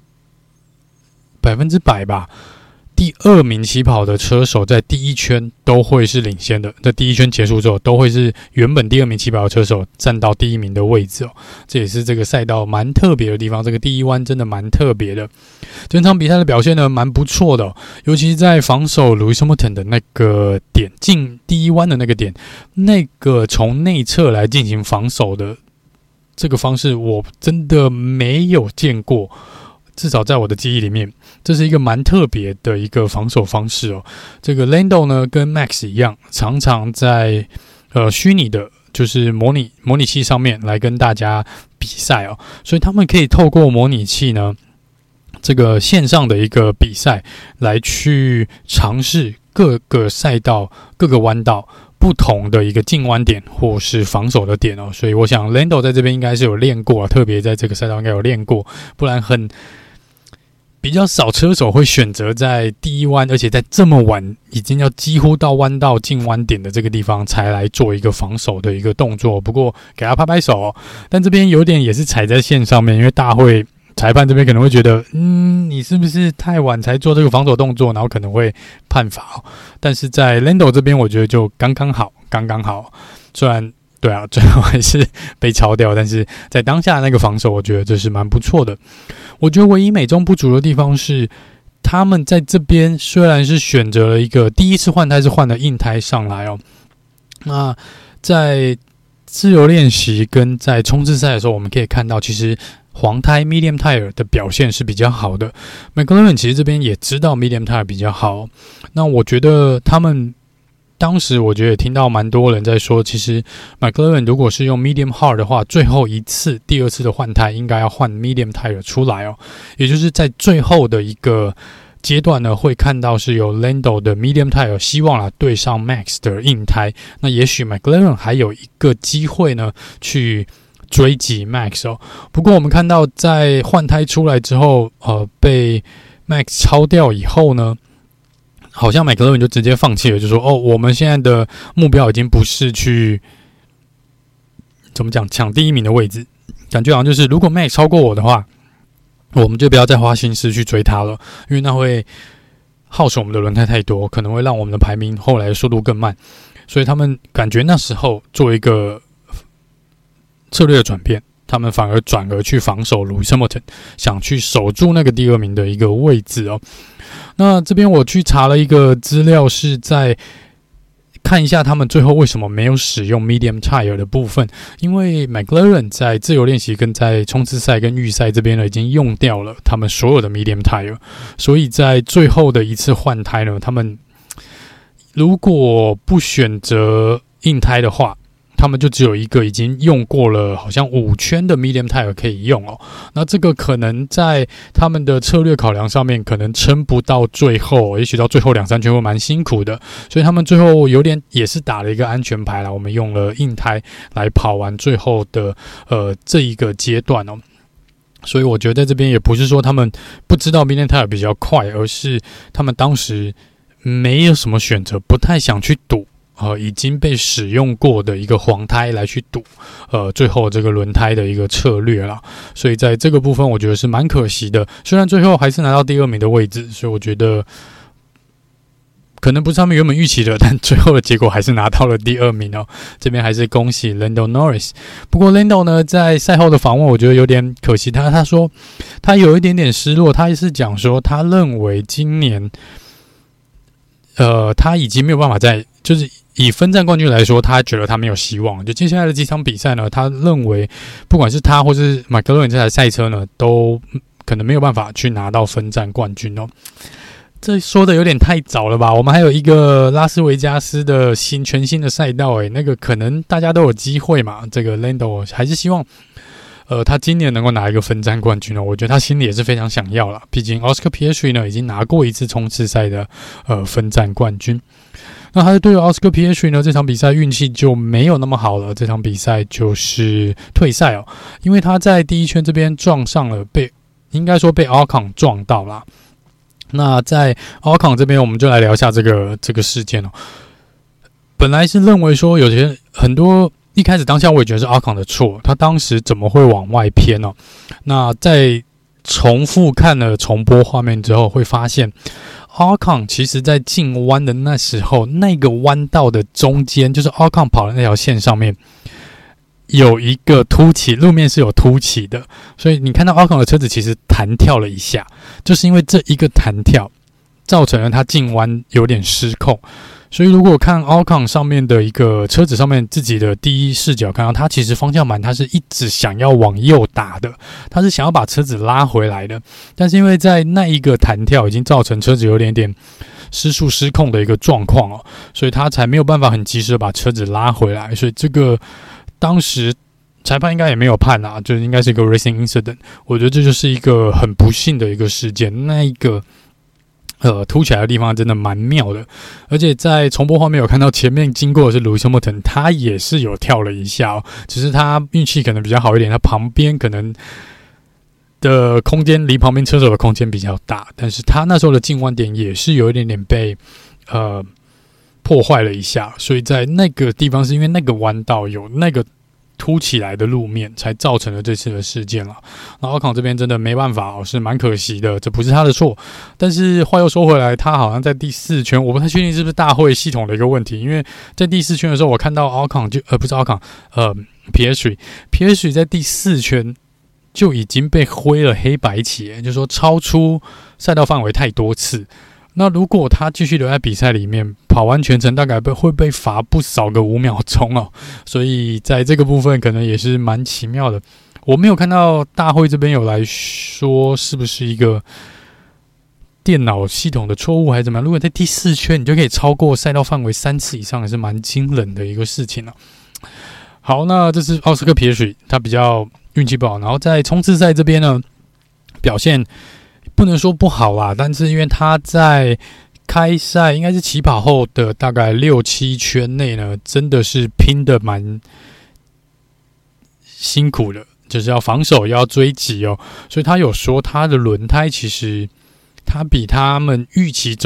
100%吧。第2名起跑的车手在第1圈都会是领先的，在第1圈结束之后都会是原本第2名起跑的车手站到第1名的位置哦，这也是这个赛道蛮特别的地方，这个第1弯真的蛮特别的。整场比赛的表现呢蛮不错的哦，尤其是在防守 Lewis Hamilton 的那个点，进第1弯的那个点，那个从内侧来进行防守的这个方式我真的没有见过，至少在我的记忆里面，这是一个蛮特别的一个防守方式哦。这个 Lando 呢跟 Max 一样，常常在虚拟的，就是模拟器上面来跟大家比赛哦，所以他们可以透过模拟器呢，这个线上的一个比赛来去尝试各个赛道、各个弯道不同的一个进弯点或是防守的点哦。所以我想 Lando 在这边应该是有练过，特别在这个赛道应该有练过，不然比较少车手会选择在第1弯，而且在这么晚已经要几乎到弯道进弯点的这个地方才来做一个防守的一个动作。不过给他拍拍手哦，但这边有点也是踩在线上面，因为裁判这边可能会觉得，你是不是太晚才做这个防守动作，然后可能会判罚哦。但是在 Lando 这边，我觉得就刚刚好。虽然对啊，最后还是被超掉，但是在当下那个防守，我觉得这是蛮不错的。我觉得唯一美中不足的地方是，他们在这边虽然是选择了一个第一次换胎是换了硬胎上来哦，那在自由练习跟在冲刺赛的时候，我们可以看到，其实黄胎 medium tire 的表现是比较好的。McLaren 其实这边也知道 medium tire 比较好，那我觉得他们当时我觉得也听到蛮多人在说，其实 McLaren 如果是用 medium hard 的话，最后第二次的换胎应该要换 medium tire 出来哦，也就是在最后的一个阶段呢，会看到是有 Lando 的 medium tire 希望啦对上 Max 的硬胎，那也许 McLaren 还有一个机会呢去追击 Max 哦。不过我们看到在换胎出来之后，被 Max 超掉以后呢， 好像麦克伦就直接放弃了，就说我们现在的目标已经不是去怎么讲抢第一名的位置，感觉好像就是如果 Max 超过我的话，我们就不要再花心思去追他了，因为那会耗损我们的轮胎太多，可能会让我们的排名后来的速度更慢，所以他们感觉那时候做一个策略的转变，他们反而转而去防守 Lewis Hamilton， 想去守住那个第二名的一个位置哦。那这边我去查了一个资料，是在看一下他们最后为什么没有使用 medium tire 的部分，因为 McLaren 在自由练习跟在冲刺赛跟预赛这边呢已经用掉了他们所有的 medium tire， 所以在最后的一次换胎呢，他们如果不选择硬胎的话，他们就只有一个已经用过了好像5圈的 medium tire 可以用哦。那这个可能在他们的策略考量上面可能撑不到最后，也许到最后2-3圈会蛮辛苦的，所以他们最后有点也是打了一个安全牌啦，我们用了硬胎来跑完最后的这一个阶段哦。所以我觉得在这边也不是说他们不知道 medium tire 比较快，而是他们当时没有什么选择，不太想去赌已经被使用过的一个黄胎来去赌最后这个轮胎的一个策略啦，所以在这个部分我觉得是蛮可惜的，虽然最后还是拿到第2名的位置，所以我觉得可能不是他们原本预期的，但最后的结果还是拿到了第2名哦。这边还是恭喜 Lando Norris。不过 Lando 呢，在赛后的访问，我觉得有点可惜，他说他有一点点失落，他是讲说他认为今年他已经没有办法就是以分站冠军来说，他觉得他没有希望。就接下来的几场比赛呢，他认为不管是他或是麦克伦这台赛车呢，都可能没有办法去拿到分站冠军哦。这说的有点太早了吧？我们还有一个拉斯维加斯的全新的赛道，那个可能大家都有机会嘛。这个 Lando 还是希望他今年能够拿一个分站冠军哦，我觉得他心里也是非常想要啦，毕竟 Oscar Piastri 呢已经拿过一次冲刺赛的分站冠军。那他的队友 Oscar Piastri 呢，这场比赛运气就没有那么好了，这场比赛就是退赛哦，因为他在第1圈这边撞上了应该说被 Ocon 撞到啦。那在 Ocon 这边，我们就来聊一下这个事件哦。本来是认为说有些很多一开始当下我也觉得是 Ocon 的错，他当时怎么会往外偏哦？那在重复看了重播画面之后，会发现 Ocon 其实在进弯的那时候，那个弯道的中间，就是 Ocon 跑的那条线上面有一个凸起，路面是有凸起的，所以你看到 Ocon 的车子其实弹跳了一下，就是因为这一个弹跳造成了他进弯有点失控。所以如果看 Ocon 上面的一个车子上面自己的第一视角看到，他其实方向盘他是一直想要往右打的，他是想要把车子拉回来的，但是因为在那一个弹跳已经造成车子有点失速失控的一个状况哦，所以他才没有办法很及时的把车子拉回来，所以这个当时裁判应该也没有判啊，就应该是一个 racing incident， 我觉得这就是一个很不幸的一个事件，那一个凸起来的地方真的蛮妙的，而且在重播画面有看到前面经过的是 Lewis Hamilton， 他也是有跳了一下哦，只是他运气可能比较好一点，他旁边可能的空间离旁边车手的空间比较大，但是他那时候的进弯点也是有一点点被破坏了一下，所以在那个地方是因为那个弯道有那个凸起来的路面才造成了这次的事件了。那Ocon这边真的没办法是蛮可惜的，这不是他的错。但是话又说回来，他好像在第4圈，我不太确定是不是大会系统的一个问题，因为在第4圈的时候，我看到Ocon不是Ocon，Piastri在第4圈就已经被挥了黑白旗，就是说超出赛道范围太多次。那如果他继续留在比赛里面，跑完全程大概会被罚不少个5秒钟哦，所以在这个部分可能也是蛮奇妙的。我没有看到大会这边有来说是不是一个电脑系统的错误还是怎么样。如果在第4圈你就可以超过赛道范围3次以上，也是蛮惊人的一个事情了。好，那这是奥斯克皮耶水，他比较运气不好，然后在冲刺赛这边呢，表现不能说不好啦，但是因为他在开赛应该是起跑后的大概6-7圈内呢，真的是拼得蛮辛苦的，就是要防守要追击哦，所以他有说他的轮胎其实他比他们预期中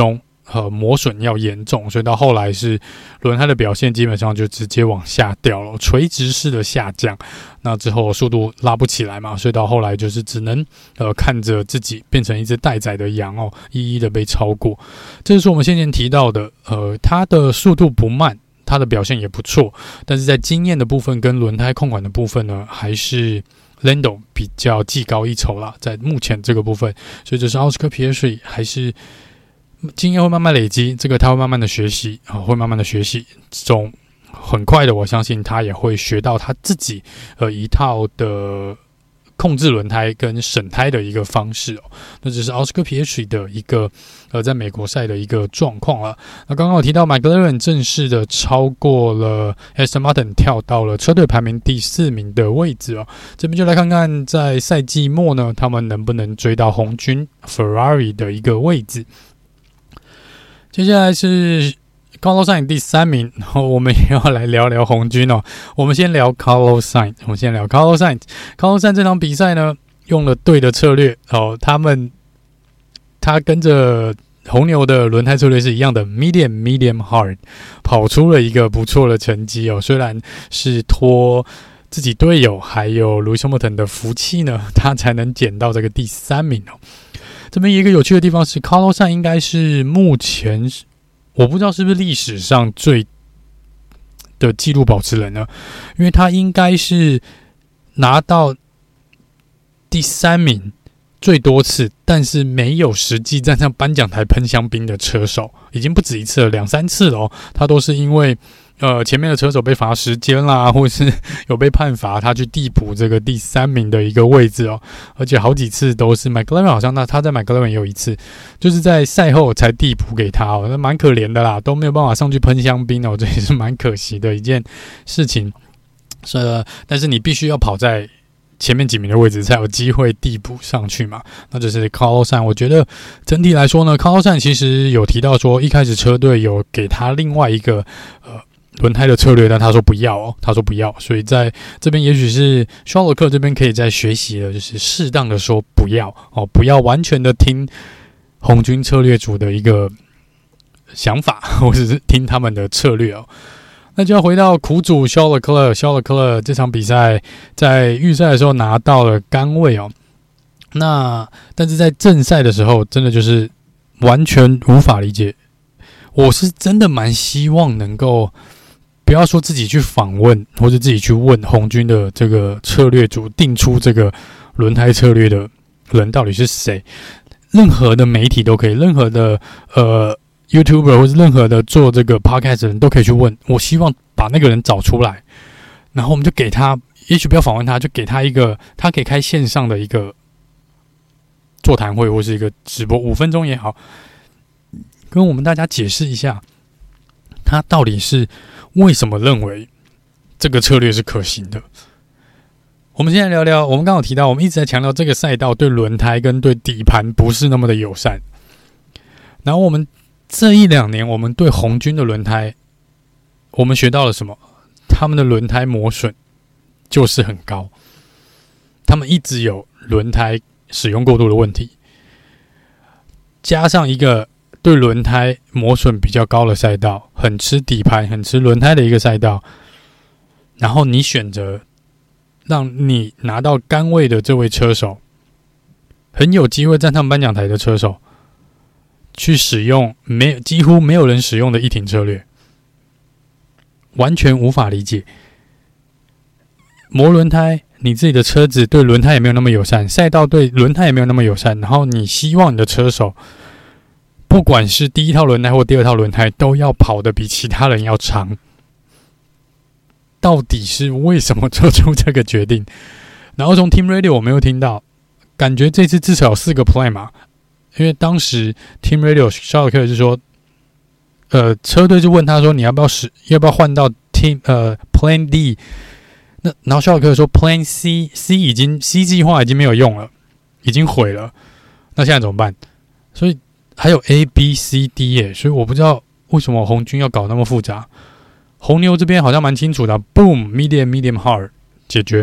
磨损要严重，所以到后来是轮胎的表现基本上就直接往下掉了，垂直式的下降。那之后速度拉不起来嘛，所以到后来就是只能看着自己变成一只待宰的羊哦，一一的被超过。这就是我们先前提到的，它的速度不慢，它的表现也不错，但是在经验的部分跟轮胎控管的部分呢，还是Lando 比较技高一筹啦，在目前这个部分，所以这是奥斯科皮耶水还是经验会慢慢累积，这个他会慢慢的学习，会慢慢的学习，总很快的，我相信他也会学到他自己一套的控制轮胎跟省胎的一个方式哦。那这是奥斯科皮耶水的一个在美国赛的一个状况了。那刚刚我提到 McLaren 正式的超过了 Aston Martin， 跳到了车队排名第4名的位置哦。这边就来看看在赛季末呢，他们能不能追到红军 Ferrari 的一个位置。接下来是 Carlos Sainz 第3名，然后我们也要来聊聊红军哦。我们先聊 Carlos Sainz， Carlos Sainz 这场比赛呢，用了对的策略哦。他跟着红牛的轮胎策略是一样的 medium hard， 跑出了一个不错的成绩哦。虽然是托自己队友还有 Lewis Hamilton 的福气呢，他才能捡到这个第3名哦。这边一个有趣的地方是 Carlos Sainz 应该是目前我不知道是不是历史上最的纪录保持人呢，因为他应该是拿到第3名最多次，但是没有实际站上颁奖台喷香槟的车手，已经不止一次了，2、3次了哦。他都是因为前面的车手被罚时间啦，或是有被判罚，他去递补这个第3名的一个位置哦。而且好几次都是 McLaren， 好像他在 McLaren 也有一次，就是在赛后才递补给他哦，那蛮可怜的啦，都没有办法上去喷香槟哦，这也是蛮可惜的一件事情。但是你必须要跑在前面几名的位置才有机会递补上去嘛。那这是 Carlos Sainz， 我觉得整体来说呢 ，Carlos Sainz 其实有提到说，一开始车队有给他另外一个轮胎的策略，但他说不要哦，所以在这边也许是肖洛克这边可以再学习的，就是适当的说不要哦，不要完全的听红军策略组的一个想法，或者是听他们的策略哦。那就要回到苦主肖勒克勒这场比赛在预赛的时候拿到了杆位哦，但是在正赛的时候真的就是完全无法理解。我是真的蛮希望能够不要说自己去访问或者自己去问红军的这个策略组定出这个轮胎策略的人到底是谁，任何的媒体都可以，任何的YouTuber 或是任何的做这个 podcast 的人都可以去问。我希望把那个人找出来，然后我们就给他，也许不要访问他，就给他一个他可以开线上的一个座谈会或是一个直播5分钟也好，跟我们大家解释一下他到底是为什么认为这个策略是可行的。我们现在聊聊，我们刚好提到，我们一直在强调这个赛道对轮胎跟对底盘不是那么的友善。然后我们这1-2年，我们对红军的轮胎，我们学到了什么？他们的轮胎磨损就是很高，他们一直有轮胎使用过度的问题，加上一个对轮胎磨损比较高的赛道，很吃底盘、很吃轮胎的一个赛道，然后你选择让你拿到杆位的这位车手，很有机会站上颁奖台的车手，去使用几乎没有人使用的一停策略，完全无法理解。磨轮胎，你自己的车子对轮胎也没有那么友善，赛道对轮胎也没有那么友善，然后你希望你的车手不管是第一套轮胎或第二套轮胎都要跑得比其他人要长，到底是为什么做出这个决定？然后从 Team Radio 我没有听到，感觉这次至少有4个 plan 嘛，因为当时 Team Radio 肖尔克就说，车队就问他说你要不要换到 Plan D， 然后肖尔克说 Plan C 计划已经没有用了，已经毁了，那现在怎么办？所以还有 A、B、C、D 耶，所以我不知道为什么红军要搞那么复杂。红牛这边好像蛮清楚的 ，Boom medium hard 解决。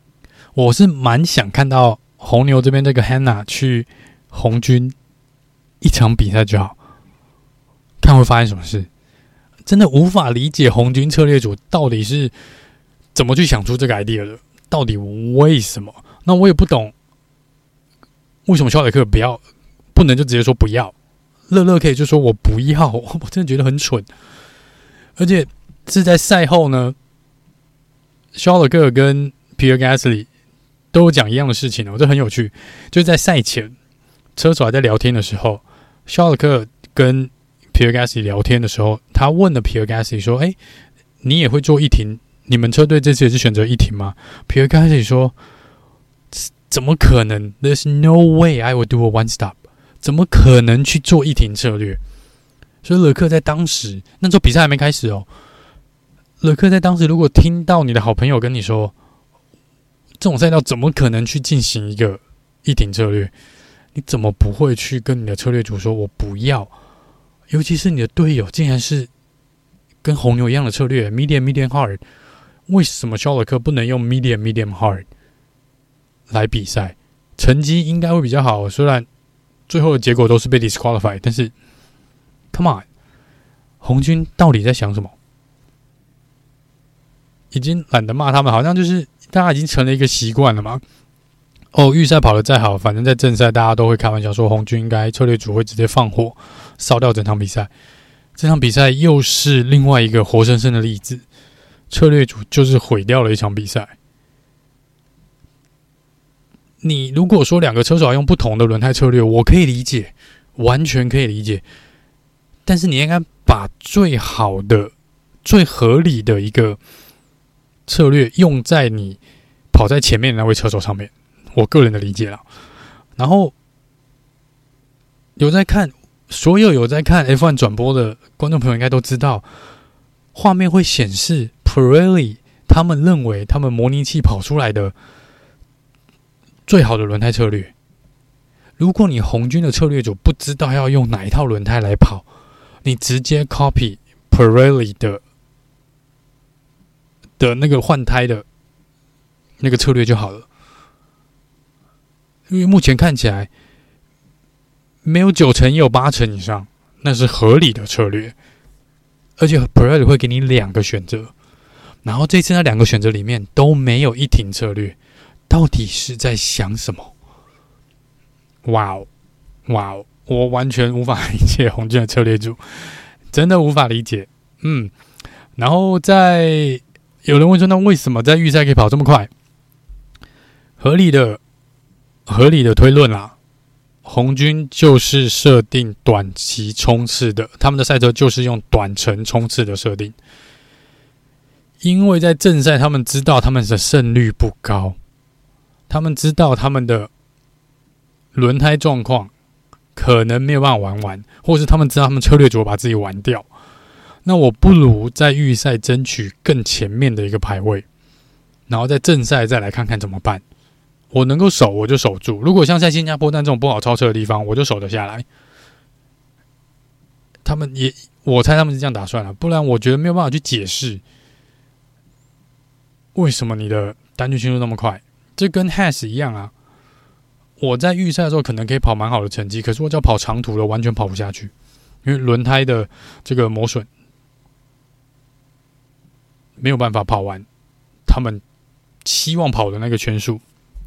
我是蛮想看到红牛这边这个 Hannah 去红军一场比赛就好，看会发生什么事。真的无法理解红军策略组到底是怎么去想出这个 idea 的，到底为什么？那我也不懂，为什么肖尔克不能就直接说不要？乐乐可以就说我不要，我真的觉得很蠢。而且是在赛后呢，肖尔克跟皮尔加斯里都有讲一样的事情哦，这很有趣。就是在赛前，车手还在聊天的时候，肖尔克跟皮尔加斯里聊天的时候，他问了皮尔加斯里说：“哎，你也会做一停？你们车队这次也是选择一停吗？”皮尔加斯里说：“怎么可能 ？There's no way I would do a one stop。怎么可能去做一停策略？”所以勒克在当时，那时候比赛还没开始哦。勒克在当时，如果听到你的好朋友跟你说，这种赛道怎么可能去进行一个一停策略？你怎么不会去跟你的策略组说我不要？尤其是你的队友竟然是跟红牛一样的策略 ，medium medium hard。为什么肖勒克不能用 medium medium hard 来比赛？成绩应该会比较好，虽然最后的结果都是被 disqualify， 但是 come on， 红军到底在想什么？已经懒得骂他们，好像就是大家已经成了一个习惯了嘛。哦，预赛跑得再好，反正在正赛大家都会开玩笑说红军应该策略组会直接放火烧掉整场比赛。这场比赛又是另外一个活生生的例子，策略组就是毁掉了一场比赛。你如果说两个车手要用不同的轮胎策略，我可以理解，完全可以理解。但是你应该把最好的、最合理的一个策略用在你跑在前面的那位车手上面，我个人的理解啦。然后所有有在看 F1 转播的观众朋友应该都知道，画面会显示 Pirelli 他们认为他们模拟器跑出来的最好的轮胎策略。如果你红军的策略组不知道要用哪一套轮胎来跑，你直接 copy Pirelli 的那个换胎的那个策略就好了。因为目前看起来没有90%也有80%以上，那是合理的策略。而且 Pirelli 会给你2个选择，然后这次那2个选择里面都没有一停策略，到底是在想什么？哇哦，我完全无法理解红军的策略组，真的无法理解。然后有人问说，那为什么在预赛可以跑这么快？合理的推论啦，红军就是设定短期冲刺的，他们的赛车就是用短程冲刺的设定。因为在正赛，他们知道他们的胜率不高，他们知道他们的轮胎状况可能没有办法玩完，或是他们知道他们策略组把自己玩掉。那我不如在预赛争取更前面的一个排位，然后在正赛再来看看怎么办。我能够守我就守住，如果像在新加坡站这种不好超车的地方，我就守得下来。我猜他们是这样打算了，不然我觉得没有办法去解释为什么你的单圈进入那么快。这跟 Haas 一样啊，我在预赛的时候可能可以跑蛮好的成绩，可是我只要跑长途的完全跑不下去，因为轮胎的这个磨损没有办法跑完他们希望跑的那个圈数。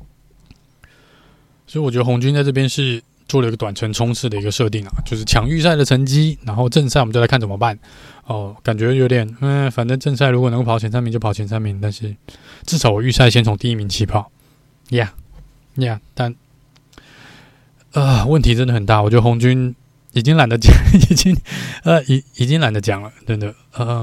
所以我觉得红军在这边是做了一个短程冲刺的一个设定啊，就是抢预赛的成绩，然后正赛我们就来看怎么办。感觉有点反正正赛如果能够跑前3名就跑前3名，但是至少我预赛先从第1名起跑。但问题真的很大，我觉得红军已经懒得讲，已经懒得讲了，真的。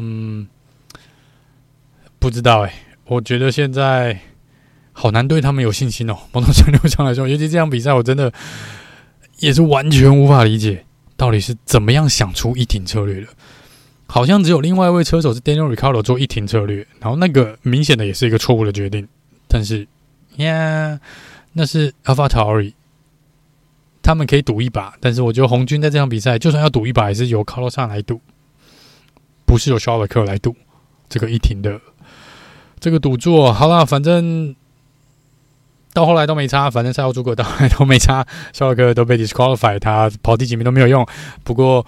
不知道我觉得现在好难对他们有信心哦。某种程度上来说，尤其这场比赛，我真的也是完全无法理解到底是怎么样想出一停策略的。好像只有另外一位车手是 Daniel Ricciardo 做一停策略，然后那个明显的也是一个错误的决定。但是那是 AlphaTauri， 他们可以赌一把，但是我觉得红军在这场比赛就算要赌一把，也是由 Carlos Sainz 来赌，不是由肖勒克来赌这个一停的这个赌注。好啦，反正到后来都没差，反正赛后诸葛到后来都没差，肖尔克都被 disqualify， 他跑第几名都没有用。不过，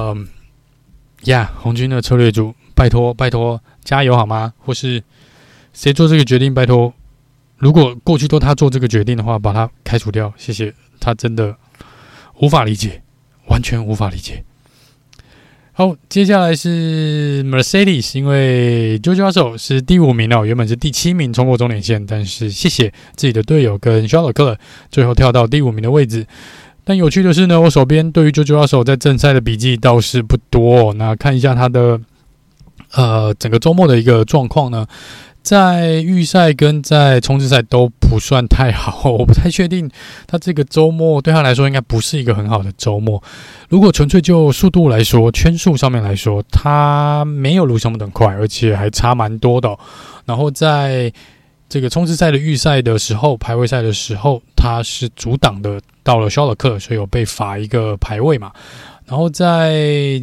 红军的策略组，拜托，加油好吗？或是谁做这个决定，拜托，如果过去都他做这个决定的话，把他开除掉，谢谢。他真的无法理解，完全无法理解。好，接下来是 Mercedes， 因为 George Russell 是第5名哦，原本是第7名冲过终点线，但是谢谢自己的队友跟肖尔克，最后跳到第5名的位置。但有趣的是呢，我手边对于 George Russell 在正赛的笔记倒是不多哦。那看一下他的整个周末的一个状况呢，在预赛跟在冲刺赛都不算太好，我不太确定他这个周末对他来说应该不是一个很好的周末。如果纯粹就速度来说，圈数上面来说，他没有卢锡安等快，而且还差蛮多的哦。然后在这个冲刺赛的预赛的时候，排位赛的时候，他是阻挡的到了肖尔克，所以有被罚一个排位嘛。然后在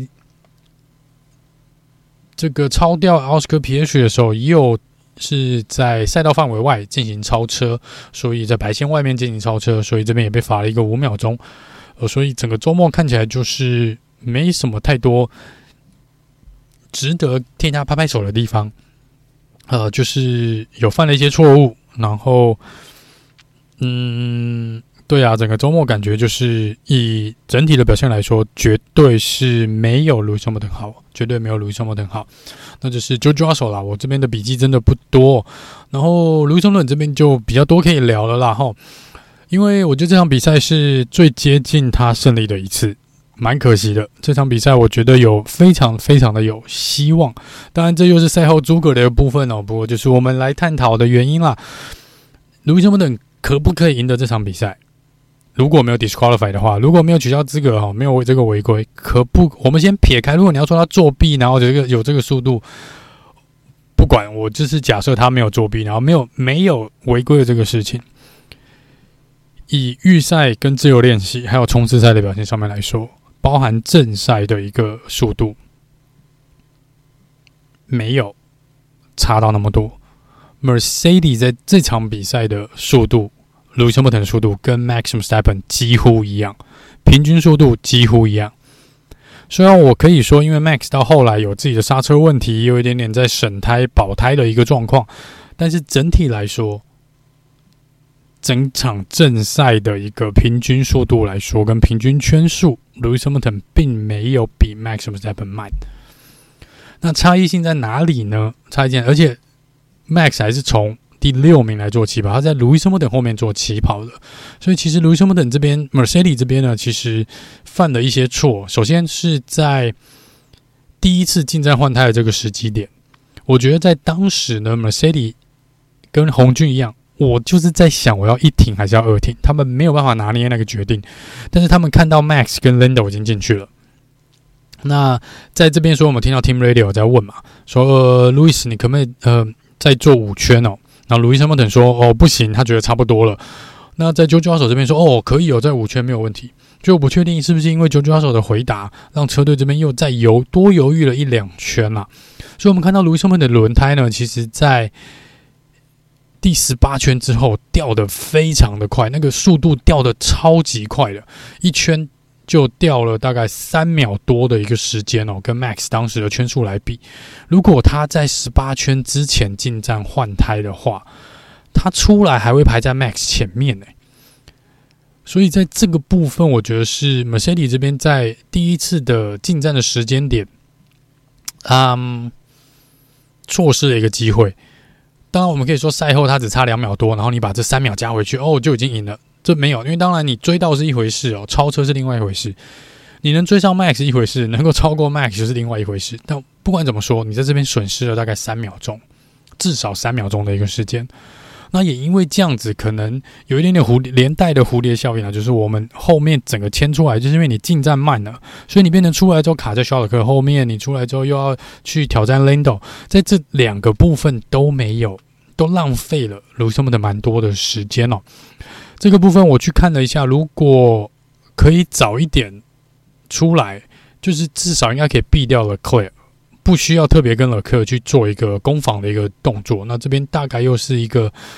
这个超掉奥斯科皮耶许的时候，也有是在赛道范围外进行超车，所以在白线外面进行超车，所以这边也被罚了一个5秒钟。所以整个周末看起来就是没什么太多值得替他拍拍手的地方。就是有犯了一些错误，然后对啊，整个周末感觉就是以整体的表现来说，绝对是没有卢锡安好，绝对没有卢锡安好。那就是 George Russell 啦，我这边的笔记真的不多，然后卢锡安这边就比较多可以聊了啦齁，因为我觉得这场比赛是最接近他胜利的一次，蛮可惜的。这场比赛我觉得有非常非常的有希望，当然这又是赛后诸葛的部分哦，不过就是我们来探讨的原因啦。卢锡安可不可以赢得这场比赛？如果没有 disqualify 的话，如果没有取消资格，没有这个违规，我们先撇开，如果你要说他作弊，然后有这个速度，不管，我就是假设他没有作弊，然后没有违规的这个事情，以预赛跟自由练习还有冲刺赛的表现上面来说，包含正赛的一个速度，没有差到那么多。Mercedes 在这场比赛的速度，卢锡安的速度跟 Max Verstappen 几乎一样，平均速度几乎一样。虽然我可以说，因为 Max 到后来有自己的刹车问题，有一点点在省胎保胎的一个状况，但是整体来说，整场正赛的一个平均速度来说，跟平均圈数，卢锡安并没有比 Max Verstappen 慢。那差异性在哪里呢？差异性，而且 Max 还是从第6名来做起跑，他在卢锡安后面做起跑的，所以其实卢锡安这边 Mercedes 这边呢，其实犯了一些错。首先是在第一次进站换胎的这个时机点，我觉得在当时呢 Mercedes 跟红军一样，我就是在想我要1停还是要2停，他们没有办法拿捏那个决定，但是他们看到 Max 跟 Lando 已经进去了。那在这边说，我们听到 Team Radio 在问嘛，说Lewis 你可不可以再做5圈哦？然后卢锡安说不行，他觉得差不多了。那在 George Russell 这边说可以在5圈没有问题。就我不确定是不是因为 George Russell 的回答让车队这边又再多犹豫了1-2圈啦。所以我们看到卢锡安的轮胎呢，其实在第18圈之后掉得非常的快，那个速度掉得超级快的，1圈就掉了大概3秒多的一个时间哦，跟 Max 当时的圈数来比，如果他在18圈之前进站换胎的话，他出来还会排在 Max 前面呢。所以在这个部分，我觉得是 Mercedes 这边在第一次的进站的时间点，错失了一个机会。当然，我们可以说赛后他只差2秒多，然后你把这3秒加回去，就已经赢了。这没有，因为当然你追到是一回事哦，超车是另外一回事。你能追上 Max 是一回事，能够超过 Max 就是另外一回事。但不管怎么说，你在这边损失了大概3秒钟，至少3秒钟的一个时间。那也因为这样子，可能有一点点连带的蝴蝶效应啊，就是我们后面整个牵出来，就是因为你进站慢了，所以你变成出来之后卡在肖尔克后面，你出来之后又要去挑战 Lando， 在这2个部分都没有，都浪费了卢锡安的蛮多的时间哦。这个部分我去看了一下，如果可以早一点出来，就是至少应该可以避掉了 Leclerc， 不需要特别跟 Leclerc 去做一个攻防的一个动作。那这边大概又是一个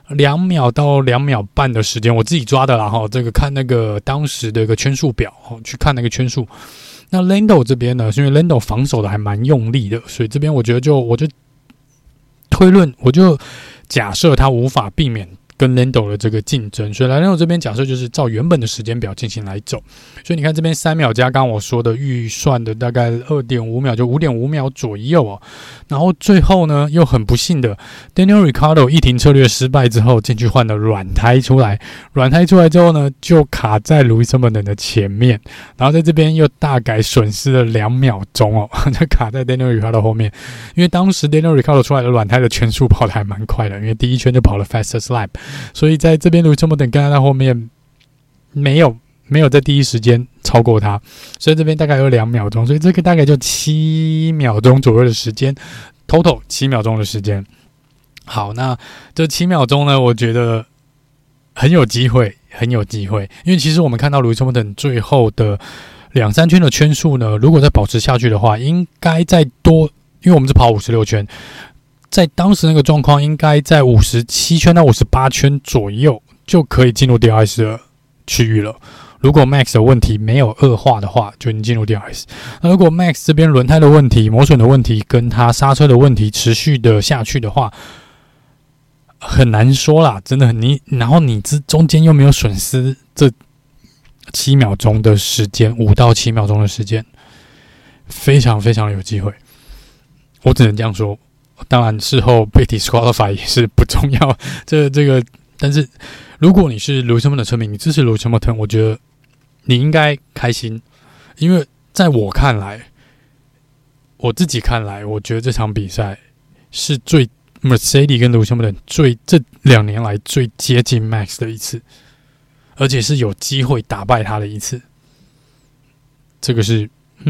2秒到2秒半的时间，我自己抓的啦哈。这个看那个当时的一个圈数表，去看那个圈数。那 Lando 这边呢，是因为 Lando 防守的还蛮用力的，所以这边我觉得我就推论，我就假设他无法避免跟 Lando 的这个竞争，所以来 Lando 这边假设就是照原本的时间表进行来走。所以你看这边3秒加刚刚我说的预算的大概 2.5 秒，就 5.5 秒左右哦。然后最后呢，又很不幸的 Daniel Ricciardo 一停策略失败之后，进去换了软胎出来，软胎出来之后呢，就卡在 Lewis Hamilton 的前面，然后在这边又大概损失了2秒钟哦，就卡在 Daniel Ricciardo 后面。因为当时 Daniel Ricciardo 出来的软胎的圈数跑得还蛮快的，因为第一圈就跑了 fastest lap， 所以在这边 Lewis Hamilton 跟他在后面没有在第一时间超过他，所以这边大概有2秒钟，所以这个大概就7秒钟左右的时间 ，total 7秒钟的时间。好，那这7秒钟呢，我觉得很有机会，因为其实我们看到 Lewis Hamilton 最后的2-3圈的圈数呢，如果再保持下去的话，应该再多，因为我们是跑56圈，在当时那个状况，应该在57圈到58圈左右就可以进入 DRS 的区域了。如果 Max 的问题没有恶化的话，就已经进入 DRS。那如果 Max 这边轮胎的问题、磨损的问题跟他刹车的问题持续的下去的话，很难说啦，真的然后你中间又没有损失这7秒钟的时间，5到7秒钟的时间，非常非常有机会。我只能这样说。当然，事后被 disqualify 也是不重要。这个，但是如果你是 Lewis Hamilton 的车迷，你支持 Lewis Hamilton， 我觉得你应该开心，因为在我看来，我自己看来，我觉得这场比赛是最 Mercedes 跟 Lewis Hamilton 这2年来最接近 Max 的一次，而且是有机会打败他的一次。这个是，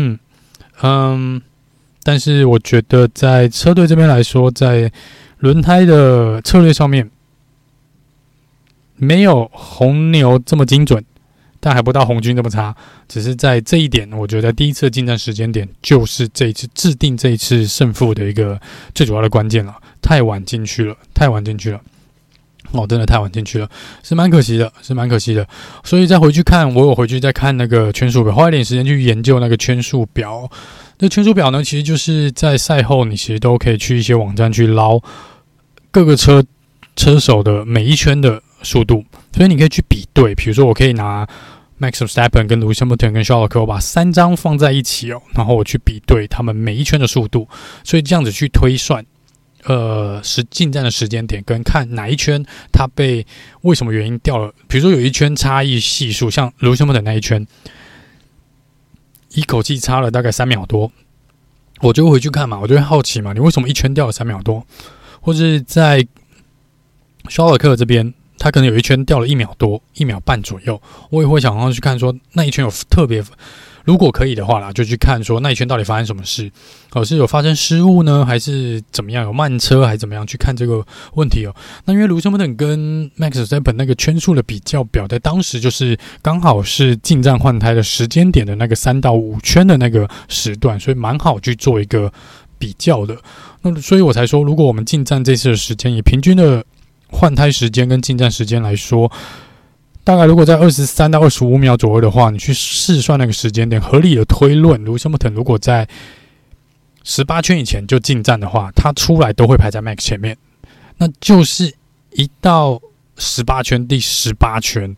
但是我觉得在车队这边来说，在轮胎的策略上面，没有红牛这么精准，但还不到红军这么差。只是在这一点，我觉得第一次进站时间点就是这一次制定这一次胜负的一个最主要的关键了。太晚进去了。真的太晚进去了，是蛮可惜的。所以再回去看，我有回去再看那个圈数表，花一点时间去研究那个圈数表。这圈数表呢，其实就是在赛后，你其实都可以去一些网站去捞各个车手的每一圈的速度，所以你可以去比对。比如说，我可以拿 Max Verstappen 跟 Lewis Hamilton 跟 Charles Leclerc 把3张放在一起哦，然后我去比对他们每一圈的速度，所以这样子去推算。进站的时间点跟看哪一圈它被为什么原因掉了，比如说有一圈差异系数，像 Lewis Hamilton 那一圈，一口气差了大概3秒多，我就会回去看嘛，我就会好奇嘛，你为什么一圈掉了3秒多？或是在肖尔克这边，他可能有一圈掉了1秒多、1秒半左右，我也会想要去看说那一圈有特别。如果可以的话啦，就去看说那一圈到底发生什么事，是有发生失误呢，还是怎么样，有慢车还是怎么样，去看这个问题哦。那因为Lewis Hamilton跟 Max Verstappen 那个圈数的比较表，在当时就是刚好是进站换胎的时间点的那个3到5圈的那个时段，所以蛮好去做一个比较的。那所以我才说，如果我们进站这次的时间以平均的换胎时间跟进站时间来说，大概如果在23到25秒左右的话，你去试算那个时间点，合理的推论，Lewis Hamilton如果在18圈以前就进站的话，他出来都会排在 Max 前面。那就是一到18圈，第18圈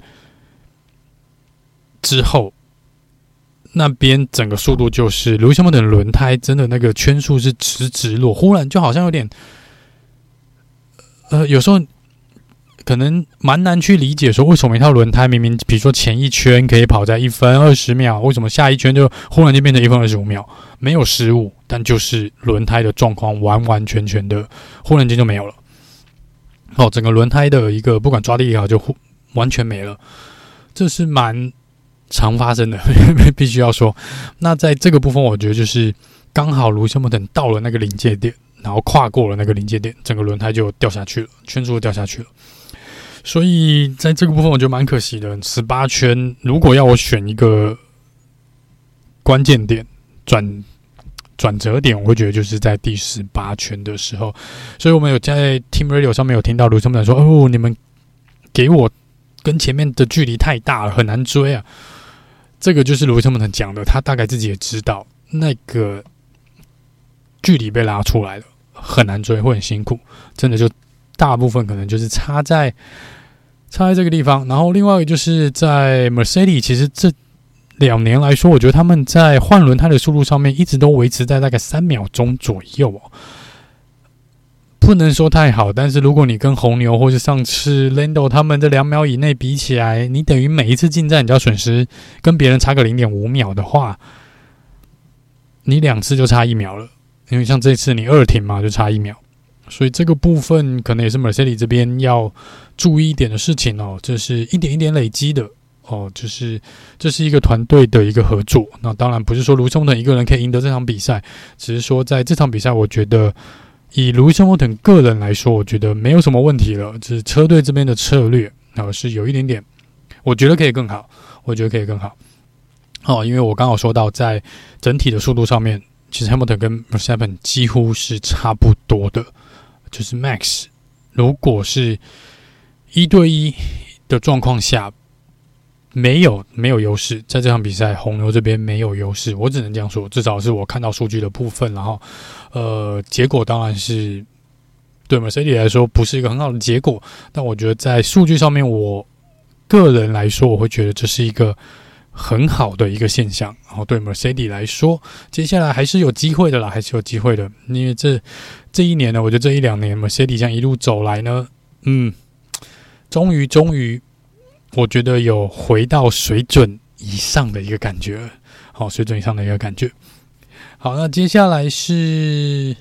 之后，那边整个速度就是 Lewis Hamilton 的轮胎真的那个圈数是直落，忽然就好像有点，有时候。可能蛮难去理解说为什么一套轮胎明明比如说前一圈可以跑在1分20秒，为什么下一圈就忽然间变成1分25秒？没有失误，但就是轮胎的状况完完全全的忽然间就没有了。整个轮胎的一个不管抓地也好，就完全没了。这是蛮常发生的，必须要说。那在这个部分，我觉得就是刚好Lewis Hamilton到了那个临界点，然后跨过了那个临界点，整个轮胎就掉下去了，圈数掉下去了。所以在这个部分我觉得蛮可惜的。18圈如果要我选一个关键点转折点，我会觉得就是在第18圈的时候，所以我们有在 Team Radio 上面有听到卢森堡说：“哦，你们给我跟前面的距离太大了，很难追啊。”这个就是卢森堡讲的，他大概自己也知道那个距离被拉出来了，很难追，会很辛苦，真的就大部分可能就是差在这个地方。然后另外一个就是在 Mercedes， 其实这2年来说，我觉得他们在换轮胎的速度上面一直都维持在大概3秒钟左右哦，不能说太好。但是如果你跟红牛或是上次 Lando 他们这2秒以内比起来，你等于每一次进站你就要损失跟别人差个 0.5 秒的话，你2次就差1秒了。因为像这次你2停嘛，就差1秒，所以这个部分可能也是 Mercedes 这边要注意一点的事情哦。这是一点一点累积的。就是这是一个团队的一个合作。那当然不是说卢森堡一个人可以赢得这场比赛，只是说在这场比赛，我觉得以卢森堡个人来说，我觉得没有什么问题了。就是车队这边的策略是有一点点，我觉得可以更好。因为我刚好说到，在整体的速度上面，其实 Hamilton 跟 Verstappen 几乎是差不多的。就是 Max 如果是1对1的状况下，没有优势，在这场比赛红牛这边没有优势，我只能这样说，至少是我看到数据的部分。然后结果当然是对 Mercedes 来说不是一个很好的结果，但我觉得在数据上面，我个人来说，我会觉得这是一个很好的一个现象。然后对 Mercedes 来说，接下来还是有机会的啦，因为这一年呢，我觉得这1-2年 Mercedes 这样一路走来呢，终于我觉得有回到水准以上的一个感觉。好，那接下来是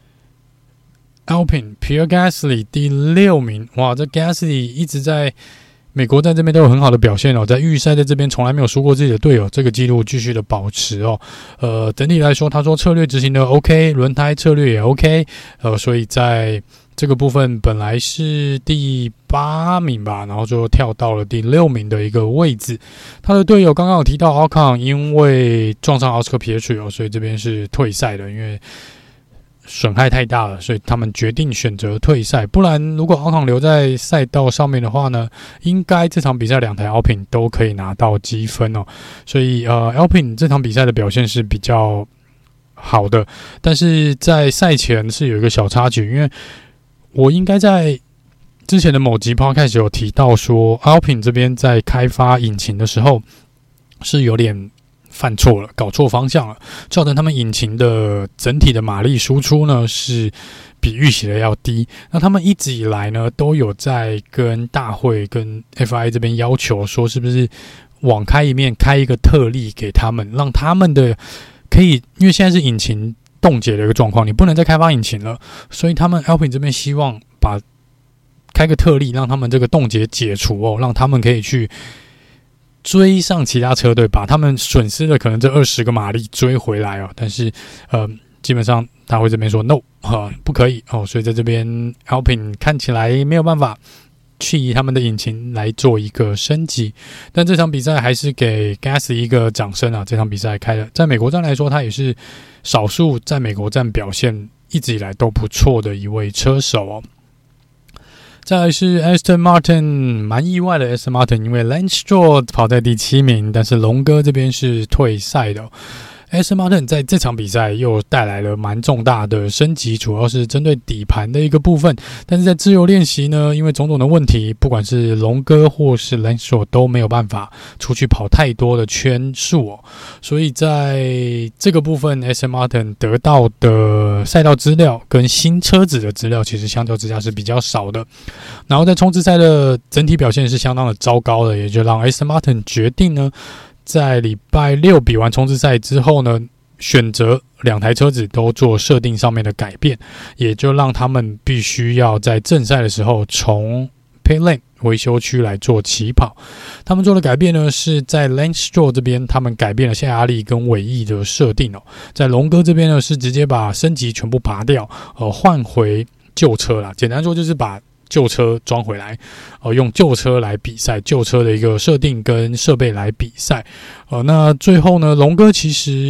Alpine Pierre Gasly 第6名。哇，这 Gasly 一直在美国在这边都有很好的表现哦，在预赛在这边从来没有输过自己的队友，这个记录继续的保持哦。整体来说，他说策略执行的 OK， 轮胎策略也 OK， 所以在这个部分本来是第8名吧，然后就跳到了第6名的一个位置。他的队友刚刚有提到 Ocon 因为撞上 Oscar Piastri， 所以这边是退赛的，因为损害太大了，所以他们决定选择退赛。不然如果 Ocon 留在赛道上面的话呢，应该这场比赛2台 Alpine 都可以拿到积分哦。所以Alpine 这场比赛的表现是比较好的，但是在赛前是有一个小插曲，因为我应该在之前的某集 podcast 有提到说 Alpine 这边在开发引擎的时候是有点犯错了，搞错方向了，造成他们引擎的整体的马力输出呢是比预期的要低。那他们一直以来呢都有在跟大会跟 FIA 这边要求说，是不是网开一面，开一个特例给他们，让他们的可以，因为现在是引擎冻结的一个状况，你不能再开发引擎了，所以他们 Alpine 这边希望开个特例，让他们这个冻结解除哦，让他们可以去追上其他车队，把他们损失的可能这20个马力追回来哦。但是基本上大会这边说 no 不可以哦，所以在这边 Alpine 看起来没有办法去以他们的引擎来做一个升级。但这场比赛还是给 Gasly 一个掌声啊！这场比赛开的，在美国站来说，他也是少数在美国站表现一直以来都不错的一位车手哦。再来是 Aston Martin， 蛮意外的 Aston Martin， 因为 Lance Stroll 跑在第7名，但是龙哥这边是退赛的哦。Aston Martin 在这场比赛又带来了蛮重大的升级，主要是针对底盘的一个部分。但是在自由练习呢，因为种种的问题，不管是龙哥或是 Lance Stroll 都没有办法出去跑太多的圈数哦，所以在这个部分 Aston Martin 得到的赛道资料跟新车子的资料其实相较之下是比较少的。然后在冲刺赛的整体表现是相当的糟糕的，也就让 Aston Martin 决定呢，在礼拜6比完冲刺赛之后呢，选择2台车子都做设定上面的改变，也就让他们必须要在正赛的时候从 Pit Lane 维修区来做起跑。他们做的改变呢，是在 Lance Stroll 这边，他们改变了下压力跟尾翼的设定哦。在龙哥这边呢，是直接把升级全部拔掉，换回旧车啦。简单说就是把旧车装回来，用旧车来比赛，旧车的一个设定跟设备来比赛。那最后呢，龙哥其实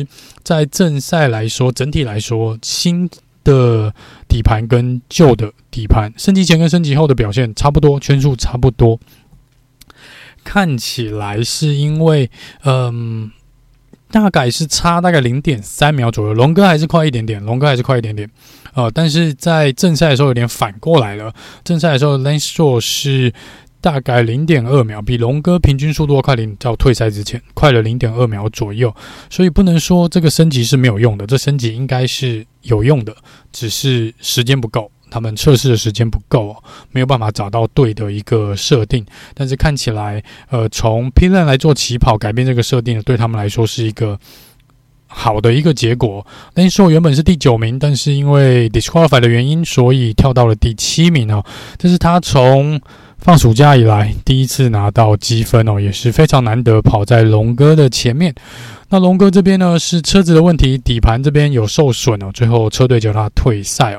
在正赛来说，整体来说，新的底盘跟旧的底盘，升级前跟升级后的表现差不多，圈数差不多。看起来是因为，大概是差大概 0.3 秒左右，龙哥还是快一点点，但是在正赛的时候有点反过来了，正赛的时候 Lance Stroll 是大概 0.2 秒，比龙哥平均速度快到退赛之前快了 0.2 秒左右，所以不能说这个升级是没有用的，这升级应该是有用的，只是时间不够。他们测试的时间不够，没有办法找到对的一个设定。但是看起来，从 P-Lane 来做起跑，改变这个设定，对他们来说是一个好的一个结果。Lance Stroll原本是第9名，但是因为 disqualify 的原因，所以跳到了第7名哦。这是他从放暑假以来第一次拿到积分哦，也是非常难得，跑在龙哥的前面。那龙哥这边呢是车子的问题，底盘这边有受损哦，最后车队叫他退赛哦。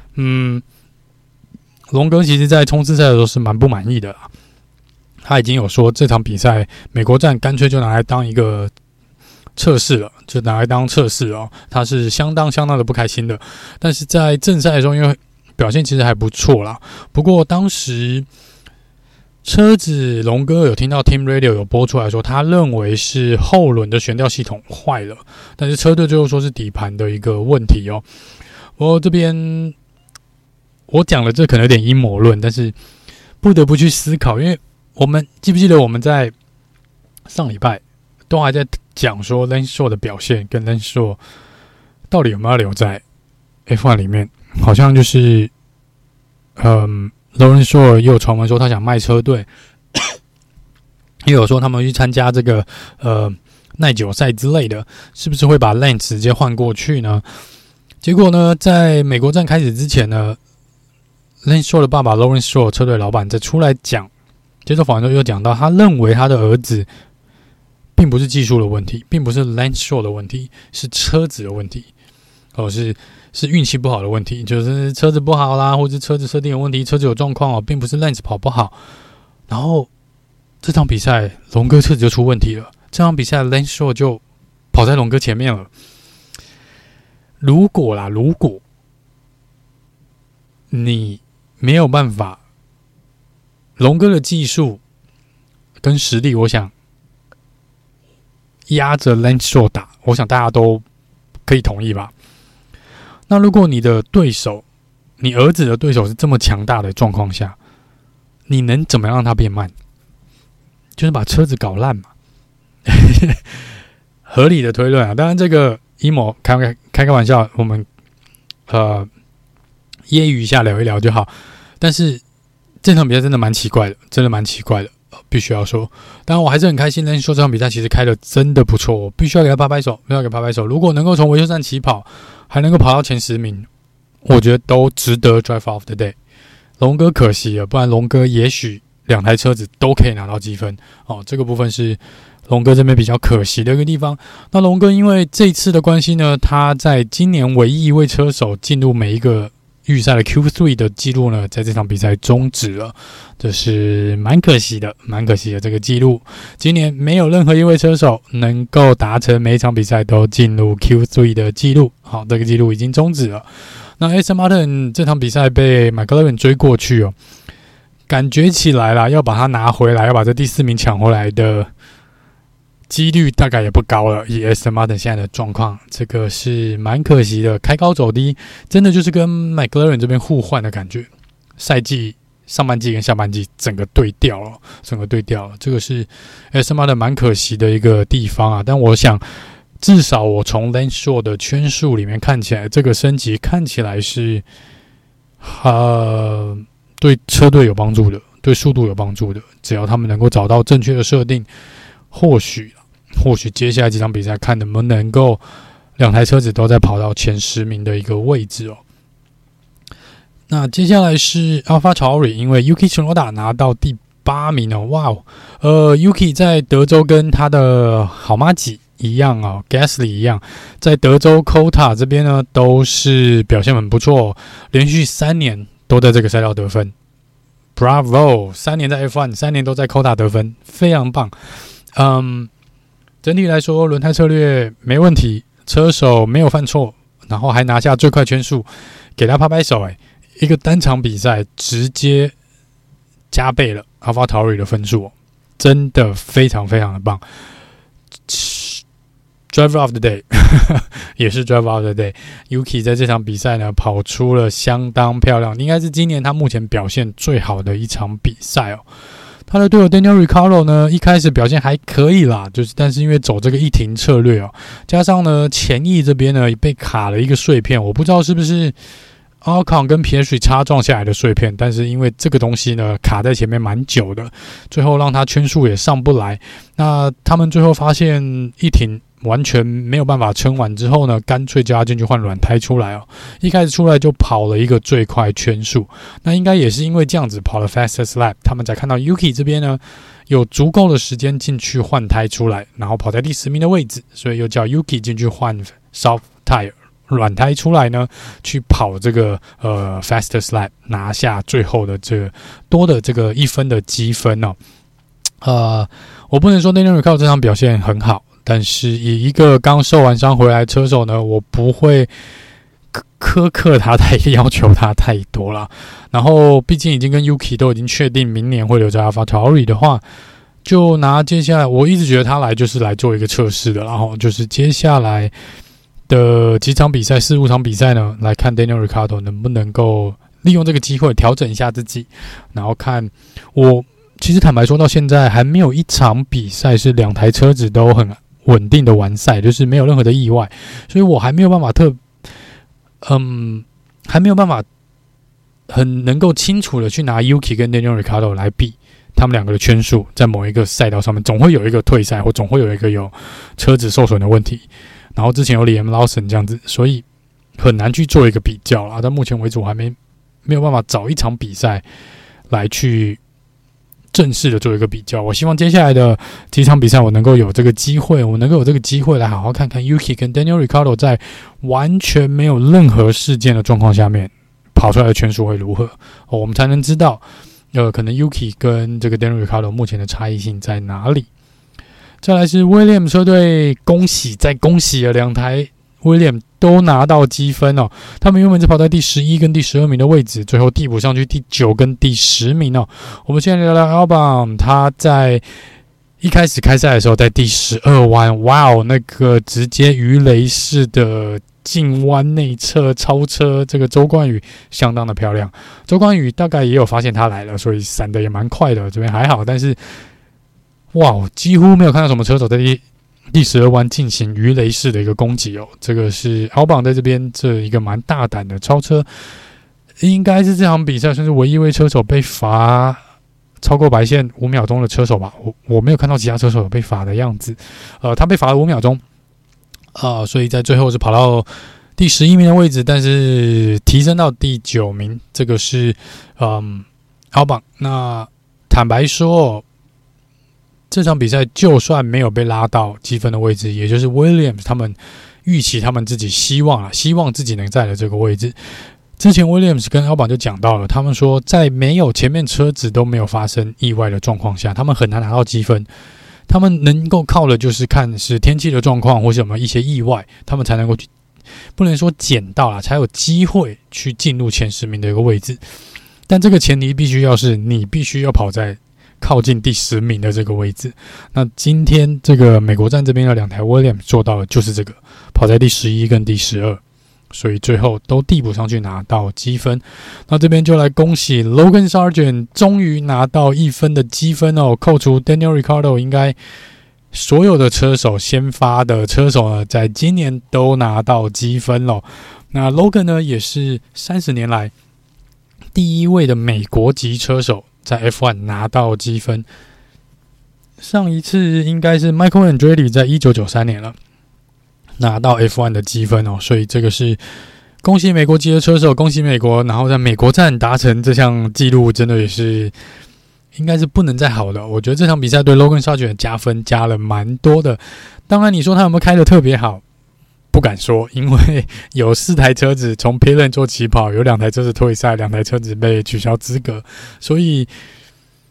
龙哥其实在冲刺赛的时候是蛮不满意的啦，他已经有说这场比赛美国站干脆就拿来当一个测试了，就拿来当测试哦，他是相当的不开心的。但是在正赛的时候，因为表现其实还不错啦，不过当时车子龙哥有听到 Team Radio 有播出来说，他认为是后轮的悬吊系统坏了，但是车队最后说是底盘的一个问题哦。我这边我讲了这可能有点阴谋论，但是不得不去思考，因为我们记不记得我们在上礼拜都还在讲说 Lance Stroll 的表现跟 Lance Stroll 到底有没有留在 F1 里面，好像就是Lawrence Stroll 也有传闻说他想卖车队，也有说他们去参加这个耐久赛之类的，是不是会把 Lance 直接换过去呢？结果呢，在美国站开始之前呢，Lance Stroll 的爸爸 Lawrence Stroll 车队老板在出来讲，接受访问中又讲到，他认为他的儿子并不是技术的问题，并不是 Lance Stroll 的问题，是车子的问题，是运气不好的问题，就是车子不好啦，或者车子设定有问题，车子有状况哦，并不是 Lance 跑不好。然后这场比赛龙哥车子就出问题了，这场比赛 Lance Stroll 就跑在龙哥前面了。如果你没有办法，龙哥的技术跟实力，我想压着 Lance Stroll 打，我想大家都可以同意吧。那如果你的对手，你儿子的对手是这么强大的状况下，你能怎么样让他变慢？就是把车子搞烂嘛。合理的推论啊，当然这个阴谋开个玩笑，我们揶揄一下聊一聊就好。但是这场比赛真的蛮奇怪的，必须要说。当然我还是很开心，Lance Stroll这场比赛其实开的真的不错，我必须要给他拍拍手。如果能够从维修站起跑，还能够跑到前10名，我觉得都值得 Drive Off the Day。龙哥可惜了，不然龙哥也许2台车子都可以拿到积分哦。这个部分是龙哥这边比较可惜的一个地方。那龙哥因为这一次的关系呢，他在今年唯一一位车手进入每一个预赛的 Q3 的记录呢，在这场比赛终止了，这是蛮可惜的这个记录。今年没有任何一位车手能够达成每一场比赛都进入 Q3 的记录，好，这个记录已经终止了。那 Aston Martin 这场比赛被 McLaren 追过去哦，感觉起来啦，要把它拿回来，要把这第4名抢回来的几率大概也不高了，以 Aston Martin 现在的状况，这个是蛮可惜的，开高走低，真的就是跟 McLaren 这边互换的感觉，赛季上半季跟下半季整个对调了，这个是 Aston Martin 蛮可惜的一个地方啊。但我想，至少我从 Lance Stroll 的圈数里面看起来，这个升级看起来是对车队有帮助的，对速度有帮助的，只要他们能够找到正确的设定，或许接下来几场比赛看能不能够2台车子都在跑到前10名的一个位置哦。那接下来是 AlphaTauri， 因为 Yuki Tsunoda 拿到第8名哦，哇哦，Yuki 在德州跟他的好妈吉一样哦 ，Gasly 一样，在德州 Kota 这边呢都是表现很不错，连续3年都在这个赛道得分 ，Bravo！ 3年在 F1， 3年都在 Kota 得分，非常棒。整体来说，轮胎策略没问题， 车手没有犯错，然后还拿下最快圈数，给他拍拍手。一个单场比赛直接加倍了 AlphaTauri 的分数，真的非常非常的棒。Driver of the Day 也是 Driver of the Day。Yuki 在这场比赛呢跑出了相当漂亮，应该是今年他目前表现最好的一场比赛哦。他的队友 Daniel Ricciardo 呢，一开始表现还可以啦，但是因为走这个一停策略哦，加上呢前翼这边呢被卡了一个碎片，我不知道是不是Ocon 跟 Piastri 擦撞下来的碎片，但是因为这个东西呢卡在前面蛮久的，最后让他圈数也上不来。那他们最后发现一停完全没有办法撑完之后呢，干脆叫他进去换软胎出来哦。一开始出来就跑了一个最快圈数，那应该也是因为这样子跑了 fastest lap， 他们才看到 Yuki 这边呢有足够的时间进去换胎出来，然后跑在第10名的位置，所以又叫 Yuki 进去换 soft tire。软胎出来呢，去跑这个fastest lap， 拿下最后的这个多的这个1分的积分哦。我不能说 Daniel Ricciardo 这场表现很好，但是以一个刚受完伤回来的车手呢，我不会苛刻他太要求他太多了。然后毕竟已经跟 Yuki 都已经确定明年会留在 AlphaTauri 的话，就拿接下来我一直觉得他来就是来做一个测试的，然后就是接下来的几场比赛4-5场比赛呢，来看 Daniel Ricciardo 能不能够利用这个机会调整一下自己，然后看我其实坦白说到现在还没有一场比赛是2台车子都很稳定的完赛，就是没有任何的意外，所以我还没有办法还没有办法很能够清楚的去拿 Yuki 跟 Daniel Ricciardo 来比他们2个的圈数，在某一个赛道上面总会有一个退赛，或总会有一个有车子受损的问题。然后之前有 Liam Lawson 这样子，所以很难去做一个比较啦。到目前为止，我还没有办法找一场比赛来去正式的做一个比较。我希望接下来的几场比赛，我能够有这个机会，来好好看看 Yuki 跟 Daniel Ricciardo 在完全没有任何事件的状况下面跑出来的圈数会如何，我们才能知道可能 Yuki 跟这个 Daniel Ricciardo 目前的差异性在哪里。再来是 Williams 车队，恭喜了2台 Williams 都拿到积分哦。他们原本是跑在第11跟第12名的位置，最后递补上去第9跟第10名哦。我们现在聊聊 Albon， 他在一开始开赛的时候在第12弯，哇哦，那个直接鱼雷式的进弯内侧超车，这个周冠宇相当的漂亮。周冠宇大概也有发现他来了，所以闪的也蛮快的，这边还好，但是哇，几乎没有看到什么车手在第12弯进行鱼雷式的一个攻击哦。这个是Albon在这边这一个蛮大胆的超车，应该是这场比赛算是唯一一位车手被罚超过白线5秒钟的车手吧。我没有看到其他车手有被罚的样子。他被罚了5秒钟所以在最后是跑到第11名的位置，但是提升到第9名，这个是Albon。那坦白说，这场比赛就算没有被拉到积分的位置，也就是 Williams 他们预期他们自己希望自己能在的这个位置。之前 Williams 跟Albon就讲到了，他们说在没有前面车子都没有发生意外的状况下，他们很难拿到积分。他们能够靠的就是看是天气的状况或是有没有一些意外，他们才能够去，不能说捡到啦，才有机会去进入前10名的一个位置。但这个前提必须要是你必须要跑在靠近第10名的这个位置。那今天这个美国站这边的2台 Williams 做到的就是这个，跑在第11跟第12，所以最后都递补上去拿到积分。那这边就来恭喜 Logan Sargeant 终于拿到1分的积分哦，扣除 Daniel Ricciardo， 应该所有的车手先发的车手呢，在今年都拿到积分了。那 Logan 呢，也是30年来第一位的美国籍车手在 F1 拿到积分，上一次应该是 Michael Andretti 在1993年了拿到 F1 的积分哦，所以这个是恭喜美国籍的车手，恭喜美国，然后在美国站达成这项纪录，真的也是应该是不能再好了。我觉得这场比赛对 Logan Sargeant 加分加了蛮多的。当然你说他有没有开得特别好，不敢说，因为有4台车子从 Pit Lane 做起跑，有2台车子退赛，2台车子被取消资格，所以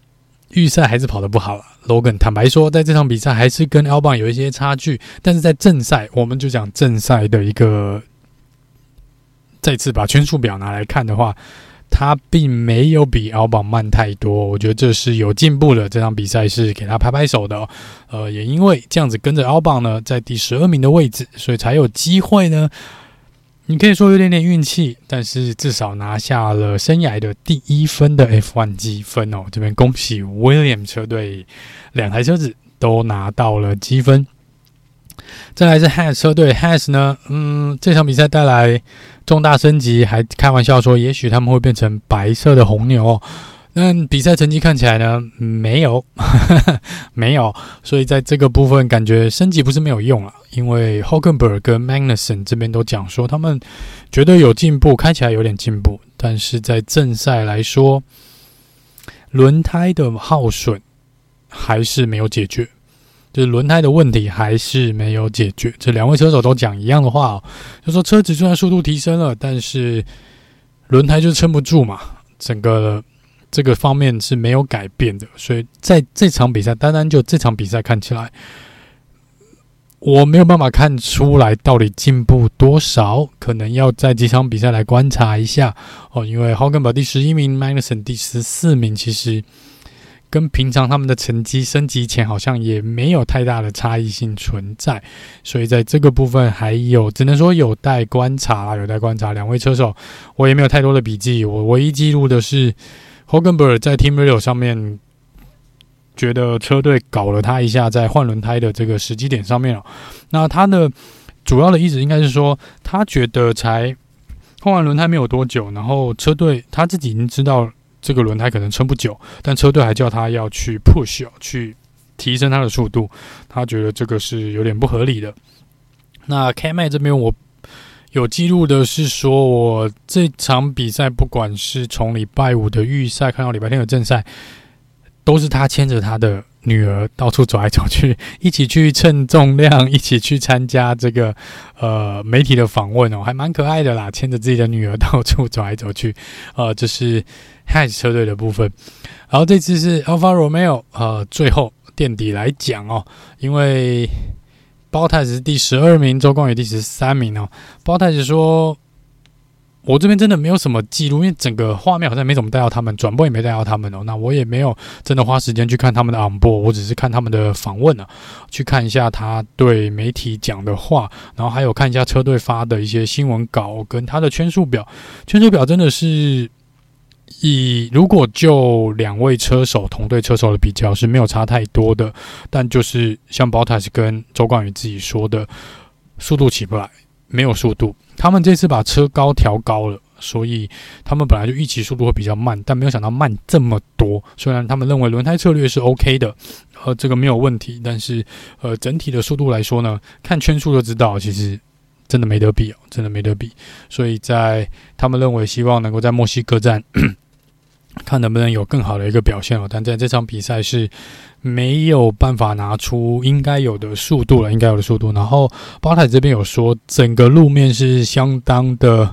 预赛还是跑得不好了。Logan 坦白说，在这场比赛还是跟 Albon 有一些差距，但是在正赛，我们就讲正赛的一个，再次把圈数表拿来看的话，他并没有比 Albon 慢太多，我觉得这是有进步的。这场比赛是给他拍拍手的也因为这样子跟着 Albon 呢，在第12名的位置，所以才有机会呢。你可以说有点点运气，但是至少拿下了生涯的第1分的 F1 积分哦。这边恭喜 Williams 车队2台车子都拿到了积分。再来是 Haas 车队 ，Haas 呢，这场比赛带来重大升级，还开玩笑说，也许他们会变成白色的红牛哦。但比赛成绩看起来呢，没有，没有，所以在这个部分感觉升级不是没有用了，因为 Hülkenberg 跟 Magnussen 这边都讲说他们觉得有进步，开起来有点进步，但是在正赛来说，轮胎的耗损还是没有解决。就是轮胎的问题还是没有解决，这2位车手都讲一样的话哦，就说车子虽然速度提升了，但是轮胎就撑不住嘛，整个这个方面是没有改变的，所以在这场比赛，单单就这场比赛看起来，我没有办法看出来到底进步多少，可能要在几场比赛来观察一下哦，因为 Hülkenberg 第11名 ，Magnussen 第14名，其实跟平常他们的成绩升级前好像也没有太大的差异性存在，所以在这个部分还有只能说有待观察啦，有待观察。2位车手我也没有太多的笔记，我唯一记录的是 Hülkenberg 在 Team Radio 上面觉得车队搞了他一下，在换轮胎的这个时机点上面哦。那他的主要的意思应该是说，他觉得才换完轮胎没有多久，然后车队他自己已经知道这个轮胎可能撑不久，但车队还叫他要去 push 去提升他的速度，他觉得这个是有点不合理的。那 K-Mag 这边我有记录的是说，我这场比赛不管是从礼拜5的预赛看到礼拜天的正赛，都是他牵着他的女儿到处走来走去，一起去称重量，一起去参加这个媒体的访问哦，还蛮可爱的啦，牵着自己的女儿到处走来走去。这是 Haas 车队的部分。然后这次是 Alfa Romeo 最后垫底来讲哦，因为Bottas是第12名，周冠宇第13名哦。Bottas说，我这边真的没有什么记录，因为整个画面好像没怎么带到他们，转播也没带到他们哦。那我也没有真的花时间去看他们的 on board， 我只是看他们的访问去看一下他对媒体讲的话，然后还有看一下车队发的一些新闻稿跟他的圈数表。圈数表真的是如果就2位车手同队车手的比较是没有差太多的，但就是像 Bottas 跟周冠宇自己说的，速度起不来，没有速度。他们这次把车高调高了，所以他们本来就预期速度会比较慢，但没有想到慢这么多。虽然他们认为轮胎策略是 OK 的，这个没有问题，但是整体的速度来说呢，看圈数就知道，其实真的没得比哦，真的没得比。所以在他们认为希望能够在墨西哥站看能不能有更好的一个表现哦，但在这场比赛是没有办法拿出应该有的速度了，应该有的速度。然后包台这边有说，整个路面是相当的，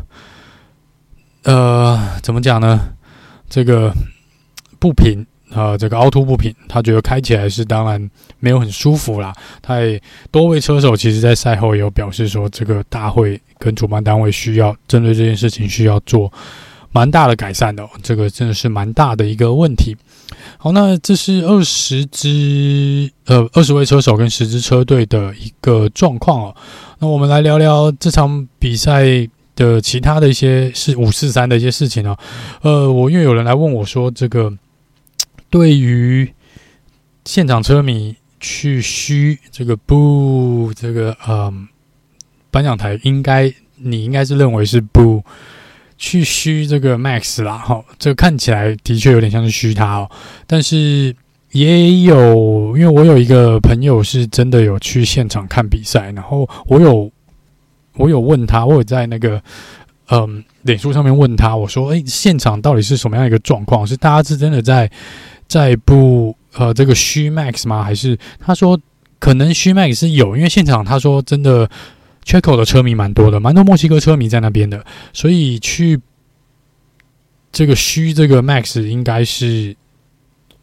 怎么讲呢？这个不平，这个凹凸不平，他觉得开起来是当然没有很舒服啦。他也多位车手其实在赛后也有表示说，这个大会跟主办单位需要针对这件事情需要做蛮大的改善的哦，这个真的是蛮大的一个问题。好，那这是20位车手跟10支车队的一个状况哦。那我们来聊聊这场比赛的其他的一些是543的一些事情哦。因为有人来问我说，这个对于现场车迷去嘘这个boo这个颁奖台你应该是认为是boo去嘘这个 Max 啦，这个看起来的确有点像是嘘他哦，但是也有，因为我有一个朋友是真的有去现场看比赛，然后我有问他，我有在那个脸书上面问他，我说现场到底是什么样一个状况？是大家是真的在不这个嘘 Max 吗？还是他说可能嘘 Max 是有，因为现场他说真的Checo 的车迷蛮多的，蛮多墨西哥车迷在那边的，所以去这个嘘这个 Max 应该是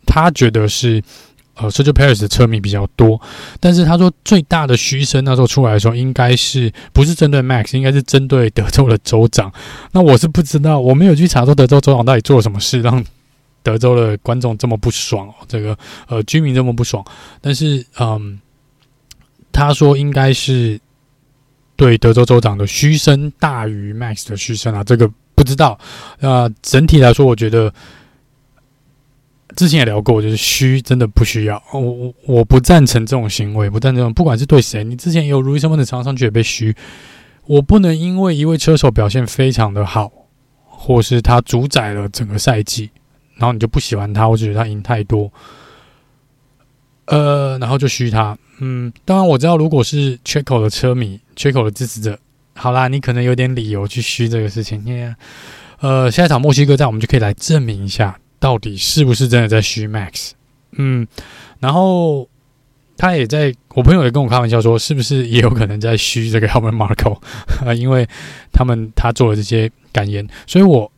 他觉得是Sergio Perez 的车迷比较多，但是他说最大的嘘声那时候出来的时候，应该是不是针对 Max， 应该是针对德州的州长。那我是不知道，我没有去查说德州州长到底做了什么事让德州的观众这么不爽，这个居民这么不爽。但是他说应该是对德州州长的嘘声大于 Max 的嘘声啊，这个不知道。整体来说，我觉得。之前也聊过，就是虚真的不需要，我不赞成这种行为，不赞成，不管是对谁，你之前也有Lewis Hamilton常上去也被虚，我不能因为一位车手表现非常的好，或是他主宰了整个赛季，然后你就不喜欢他，或者觉得他赢太多，然后就虚他。当然我知道，如果是 Checo 的车迷 ，Checo 的支持者，好啦，你可能有点理由去虚这个事情。下一场墨西哥站，我们就可以来证明一下。到底是不是真的在虚 Max？ 然后他也在，我朋友也跟我开玩笑说，是不是也有可能在虚这个 Helmut Marko？ 因为他做了这些感言，所以我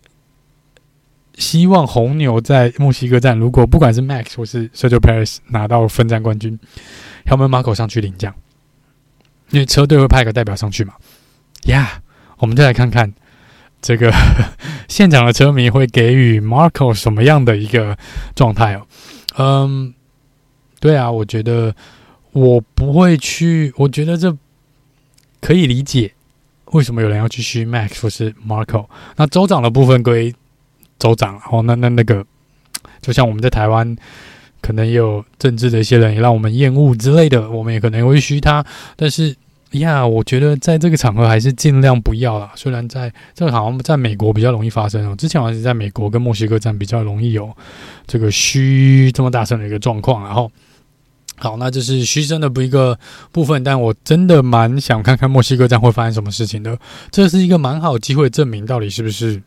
希望红牛在墨西哥站，如果不管是 Max 或是 Sergio Perez 拿到分站冠军 ，Helmut Marko 上去领奖，因为车队会派一个代表上去嘛。我们就来看看。这个现场的车迷会给予 Marko 什么样的一个状态哦？对啊，我觉得我不会去，我觉得这可以理解为什么有人要去虚 Max 或是 Marko。那州长的部分归州长，那个就像我们在台湾可能也有政治的一些人也让我们厌恶之类的，我们也可能会虚他，但是。我觉得在这个场合还是尽量不要啦。虽然在这个好像在美国比较容易发生哦，之前好像是在美国跟墨西哥站比较容易有这个虚这么大声的一个状况。然后，好，那这是虚声的一个部分，但我真的蛮想看看墨西哥站会发生什么事情的。这是一个蛮好的机会证明到底是不是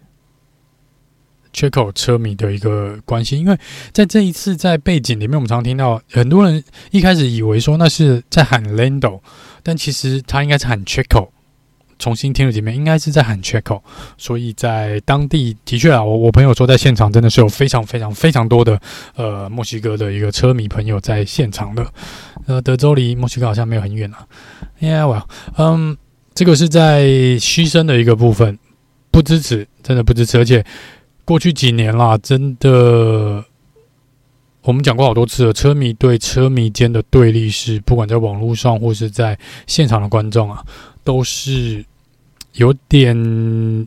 Checo 车迷的一个关系，因为在这一次在背景里面，我们常听到很多人一开始以为说那是在喊 Lando。但其实他应该是喊 Checo， 重新听了几遍，应该是在喊 Checo， 所以在当地的确啊，我朋友说在现场真的是有非常非常非常多的墨西哥的一个车迷朋友在现场的。德州离墨西哥好像没有很远啊。这个是在虚声的一个部分，不支持，真的不支持，而且过去几年啦，真的。我们讲过好多次了，车迷对车迷间的对立是，不管在网络上或是在现场的观众啊，都是有点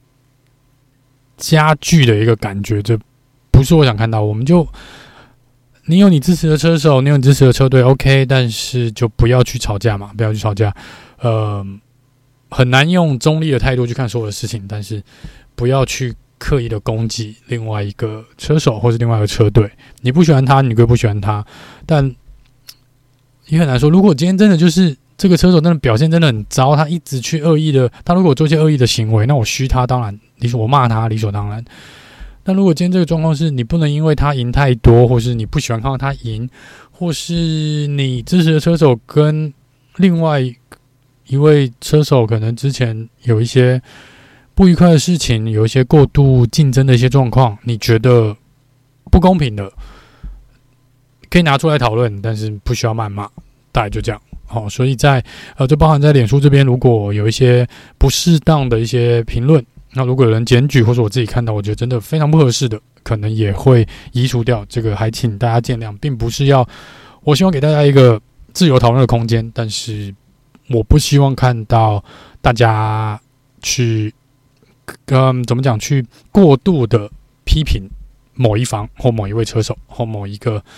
加剧的一个感觉，这不是我想看到。我们就你有你支持的车手，你有你支持的车队 ，OK， 但是就不要去吵架嘛，不要去吵架。很难用中立的态度去看所有的事情，但是不要去。刻意的攻击另外一个车手或是另外一个车队，你不喜欢他，你可以不喜欢他，但也很难说。如果今天真的就是这个车手真的表现真的很糟，他一直去恶意的，他如果做一些恶意的行为，那我虚他，当然我骂他理所当然。但如果今天这个状况是你不能因为他赢太多，或是你不喜欢看到他赢，或是你支持的车手跟另外一位车手可能之前有一些。不愉快的事情，有一些过度竞争的一些状况，你觉得不公平的，可以拿出来讨论，但是不需要谩骂，大概就这样。所以在就包含在脸书这边，如果有一些不适当的一些评论，那如果有人检举，或者我自己看到，我觉得真的非常不合适的，可能也会移除掉。这个还请大家见谅，并不是要，我希望给大家一个自由讨论的空间，但是我不希望看到大家去。怎么讲？去过度的批评某一方或某一位车手或某一个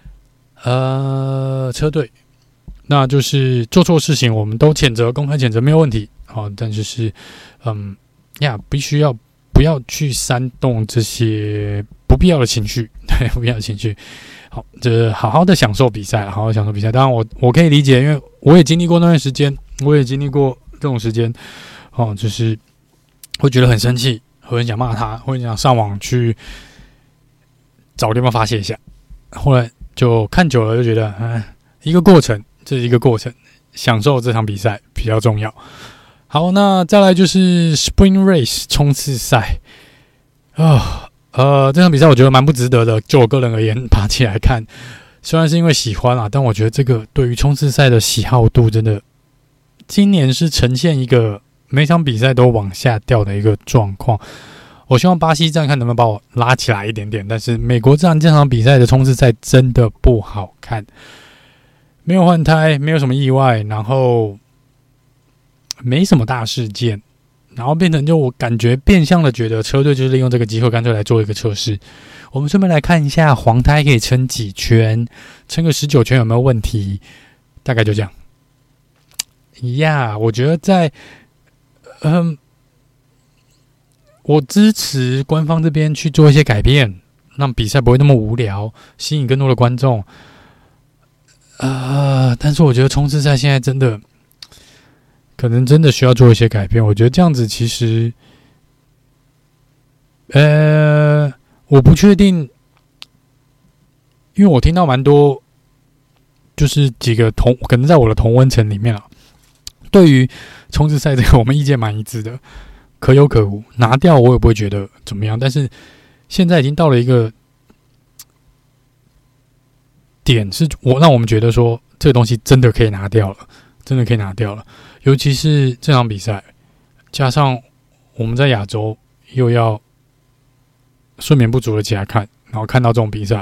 车队，那就是做错事情，我们都谴责，公开谴责没有问题。但就是必须要不要去煽动这些不必要的情绪，对，不必要的情绪。好，就是好好的享受比赛，好好享受比赛。当然我可以理解，因为我也经历过那段时间，我也经历过这种时间，就是会觉得很生气，会很想骂他，会很想上网去找个地方发泄一下。后来就看久了，就觉得，一个过程，这是一个过程，享受这场比赛比较重要。好，那再来就是 Spring Race 冲刺赛这场比赛我觉得蛮不值得的，就我个人而言，爬起来看，虽然是因为喜欢啦，但我觉得这个对于冲刺赛的喜好度真的，今年是呈现一个每场比赛都往下掉的一个状况。我希望巴西站看能不能把我拉起来一点点，但是美国站这场比赛的冲刺赛真的不好看，没有换胎，没有什么意外，然后没什么大事件，然后变成就我感觉变相的觉得车队就是利用这个机会干脆来做一个测试。我们顺便来看一下黄胎可以撑几圈，撑个19圈有没有问题，大概就这样。我觉得在我支持官方这边去做一些改变，让比赛不会那么无聊，吸引更多的观众。但是我觉得冲刺赛现在真的可能真的需要做一些改变。我觉得这样子其实，我不确定，因为我听到蛮多，就是几个可能在我的同温层里面啊，对于冲刺赛这个我们意见蛮一致的。可有可无，拿掉我也不会觉得怎么样，但是现在已经到了一个点，是让我们觉得说这个东西真的可以拿掉了，真的可以拿掉了。尤其是这场比赛，加上我们在亚洲又要睡眠不足的起来看，然后看到这种比赛，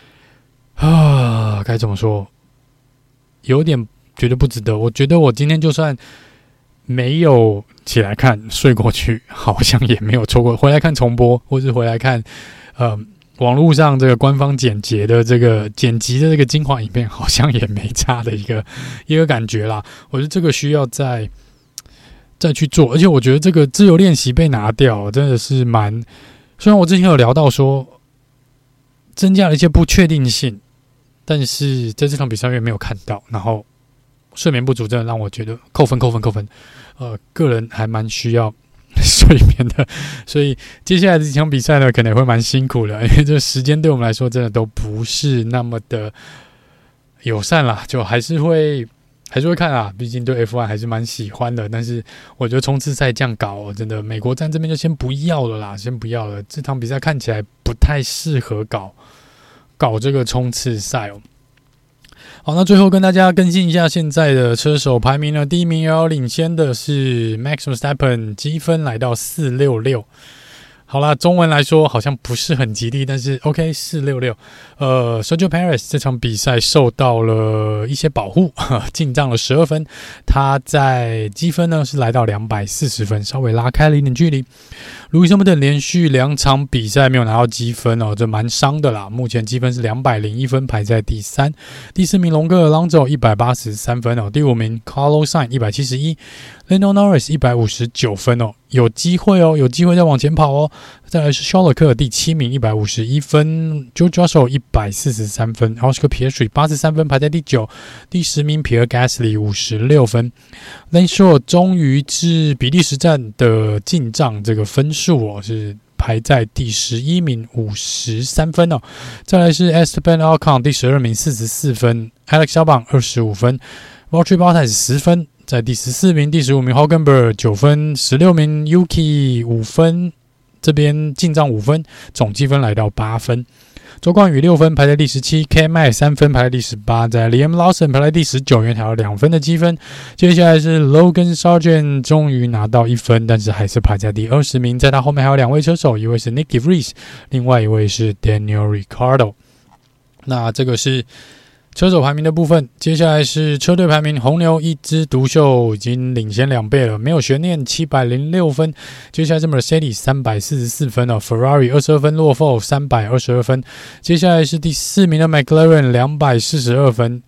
该怎么说？有点觉得不值得。我觉得我今天就算没有起来看，睡过去好像也没有错过。回来看重播，或是回来看网络上这个官方剪辑的这个精华影片，好像也没差的一个感觉啦。我觉得这个需要再去做，而且我觉得这个自由练习被拿掉，真的是蛮。虽然我之前有聊到说增加了一些不确定性，但是在这场比赛也没有看到，然后睡眠不足真的让我觉得扣分。个人还蛮需要睡眠的，所以接下来的几场比赛呢，可能也会蛮辛苦的，因为这个时间对我们来说真的都不是那么的友善啦，就还是会看啊，毕竟对 F1 还是蛮喜欢的。但是我觉得冲刺赛这样搞，真的美国站这边就先不要了啦，先不要了。这场比赛看起来不太适合搞这个冲刺赛哦。好，那最后跟大家更新一下现在的车手排名呢。第一名要领先的是 Max Verstappen， 积分来到466。好啦，中文来说好像不是很吉利，但是 OK 466。Sergio Perez 这场比赛受到了一些保护，进账了12分。他在积分呢是来到240分，稍微拉开了一点距离。路易斯·汉密尔顿连续2场比赛没有拿到积分哦，这蛮伤的啦。目前积分是201分，排在第3。第4名龙哥·朗佐183分哦，第5名 Carlos Sainz 171，Lando Norris 159分哦，有机会再往前跑哦。再来是肖勒克第7名151分 ，George Russell 143分 ，Oscar Piastri 83分排在第9，第10名皮尔·加斯利56分 ，Lance Stroll 终于是比利时站的进账这个分数哦，是排在第11名53分哦。再来是 Esteban Ocon 第12名44分 ，Alex Albon 25分 ，Valtteri Bottas 10分。在第14名、第15名 Hülkenberg 9分，16名 Yuki 5分，这边进账5分，总积分来到8分。周冠宇6分排在第17 ，K-Max 3分排在第18，在 Liam Lawson 排在第19，原调2分的积分。接下来是 Logan Sargent 终于拿到1分，但是还是排在第20名。在他后面还有2位车手，一位是 Nick de Vries， 另外一位是 Daniel Ricciardo。那这个是车手排名的部分，接下来是车队排名，红牛一枝独秀，已经领先2倍了，没有悬念，706分。接下来是 Mercedes 344分哦 ，Ferrari 22分落后322分。接下来是第4名的 McLaren 242分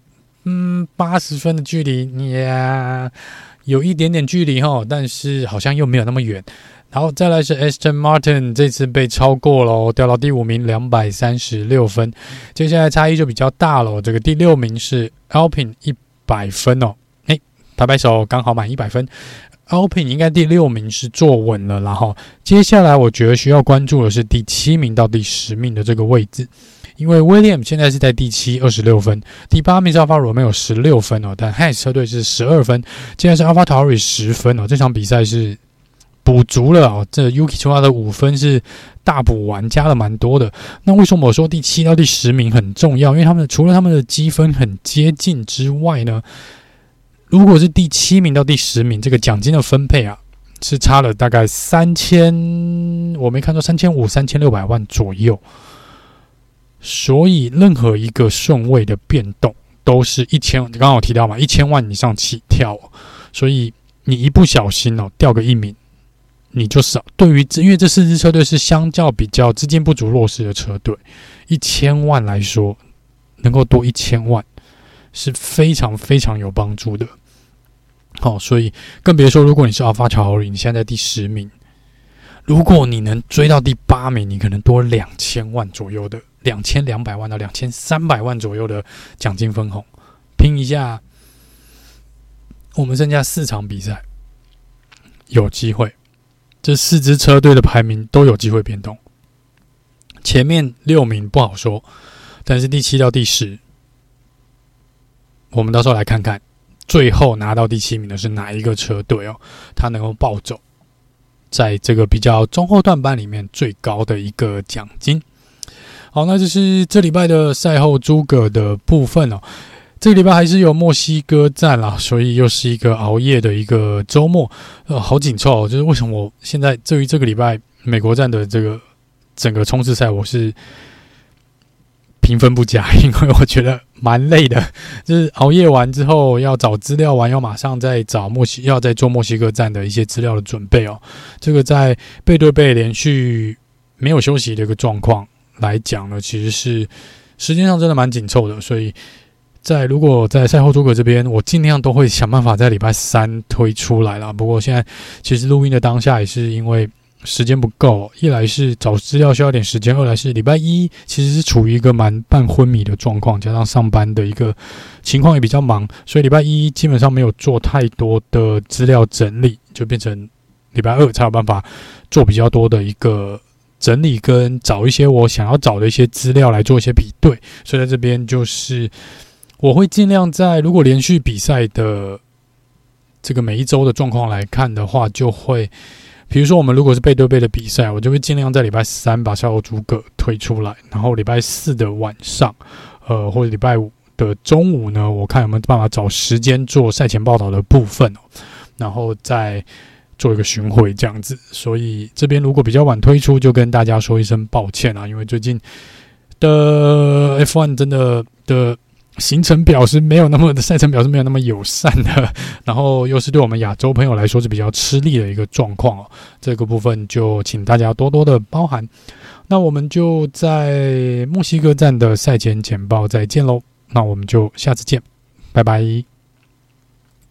，80分的距离，有一点点距离齁，但是好像又没有那么远。好，再来是 Aston Martin， 这次被超过了，掉到第5名236分。接下来差异就比较大了，这个第6名是 Alpine 100分哦，拍拍手，刚好满100分。Alpine 应该第6名是坐稳了，然后接下来我觉得需要关注的是第7名到第10名的这个位置。因为 Williams 现在是在第7 26分，第8名是 Alfa Romeo 16分哦，但 Haas 车队是12分，接下来是 AlphaTauri 10分哦，这场比赛是补足了哦，这 Yuki Tsunoda 的5分是大补完，加了蛮多的。那为什么我说第7到第10名很重要？因为除了他们的积分很接近之外呢，如果是第7名到第10名，这个奖金的分配啊，是差了大概3000，我没看错，3500、3600万左右。所以任何一个顺位的变动都是1000，刚刚有提到嘛，1000万以上起跳，所以你一不小心掉个1名。你就少，因为这4支车队是相较比较资金不足弱势的车队，1000万来说，能够多1000万是非常非常有帮助的。好，所以更别说如果你是AlphaTauri，你现在在第10名，如果你能追到第8名，你可能多2000万左右的2200万到2300万左右的奖金分红，拼一下，我们剩下4场比赛，有机会。这4支车队的排名都有机会变动，前面6名不好说，但是第7到第10，我们到时候来看看，最后拿到第7名的是哪一个车队哦？他能够抱走在这个比较中后段班里面最高的一个奖金。好，那这是这礼拜的赛后诸葛的部分哦。这个礼拜还是有墨西哥站啦，所以又是一个熬夜的一个周末，好紧凑哦。就是为什么我现在对于这个礼拜美国站的这个整个冲刺赛，我是评分不佳，因为我觉得蛮累的。就是熬夜完之后要找资料完，要马上再找要再做墨西哥站的一些资料的准备哦。这个在背对背连续没有休息的一个状况来讲呢，其实是时间上真的蛮紧凑的，所以。如果在赛后诸葛这边，我尽量都会想办法在礼拜3推出来啦。不过现在其实录音的当下也是因为时间不够，一来是找资料需要点时间，二来是礼拜1其实是处于一个蛮半昏迷的状况，加上上班的一个情况也比较忙，所以礼拜1基本上没有做太多的资料整理，就变成礼拜2才有办法做比较多的一个整理跟找一些我想要找的一些资料来做一些比对。所以在这边就是我会尽量在如果连续比赛的这个每一周的状况来看的话，就会比如说我们如果是背对背的比赛，我就会尽量在礼拜3把赛后诸葛推出来，然后礼拜4的晚上或者礼拜5的中午呢，我看有没有办法找时间做赛前报道的部分然后再做一个巡回这样子。所以这边如果比较晚推出，就跟大家说一声抱歉因为最近的 F1 真的行程表是没有那么的赛程表是没有那么友善的，然后又是对我们亚洲朋友来说是比较吃力的一个状况这个部分就请大家多多的包涵。那我们就在墨西哥站的赛前简报再见咯，那我们就下次见，拜拜。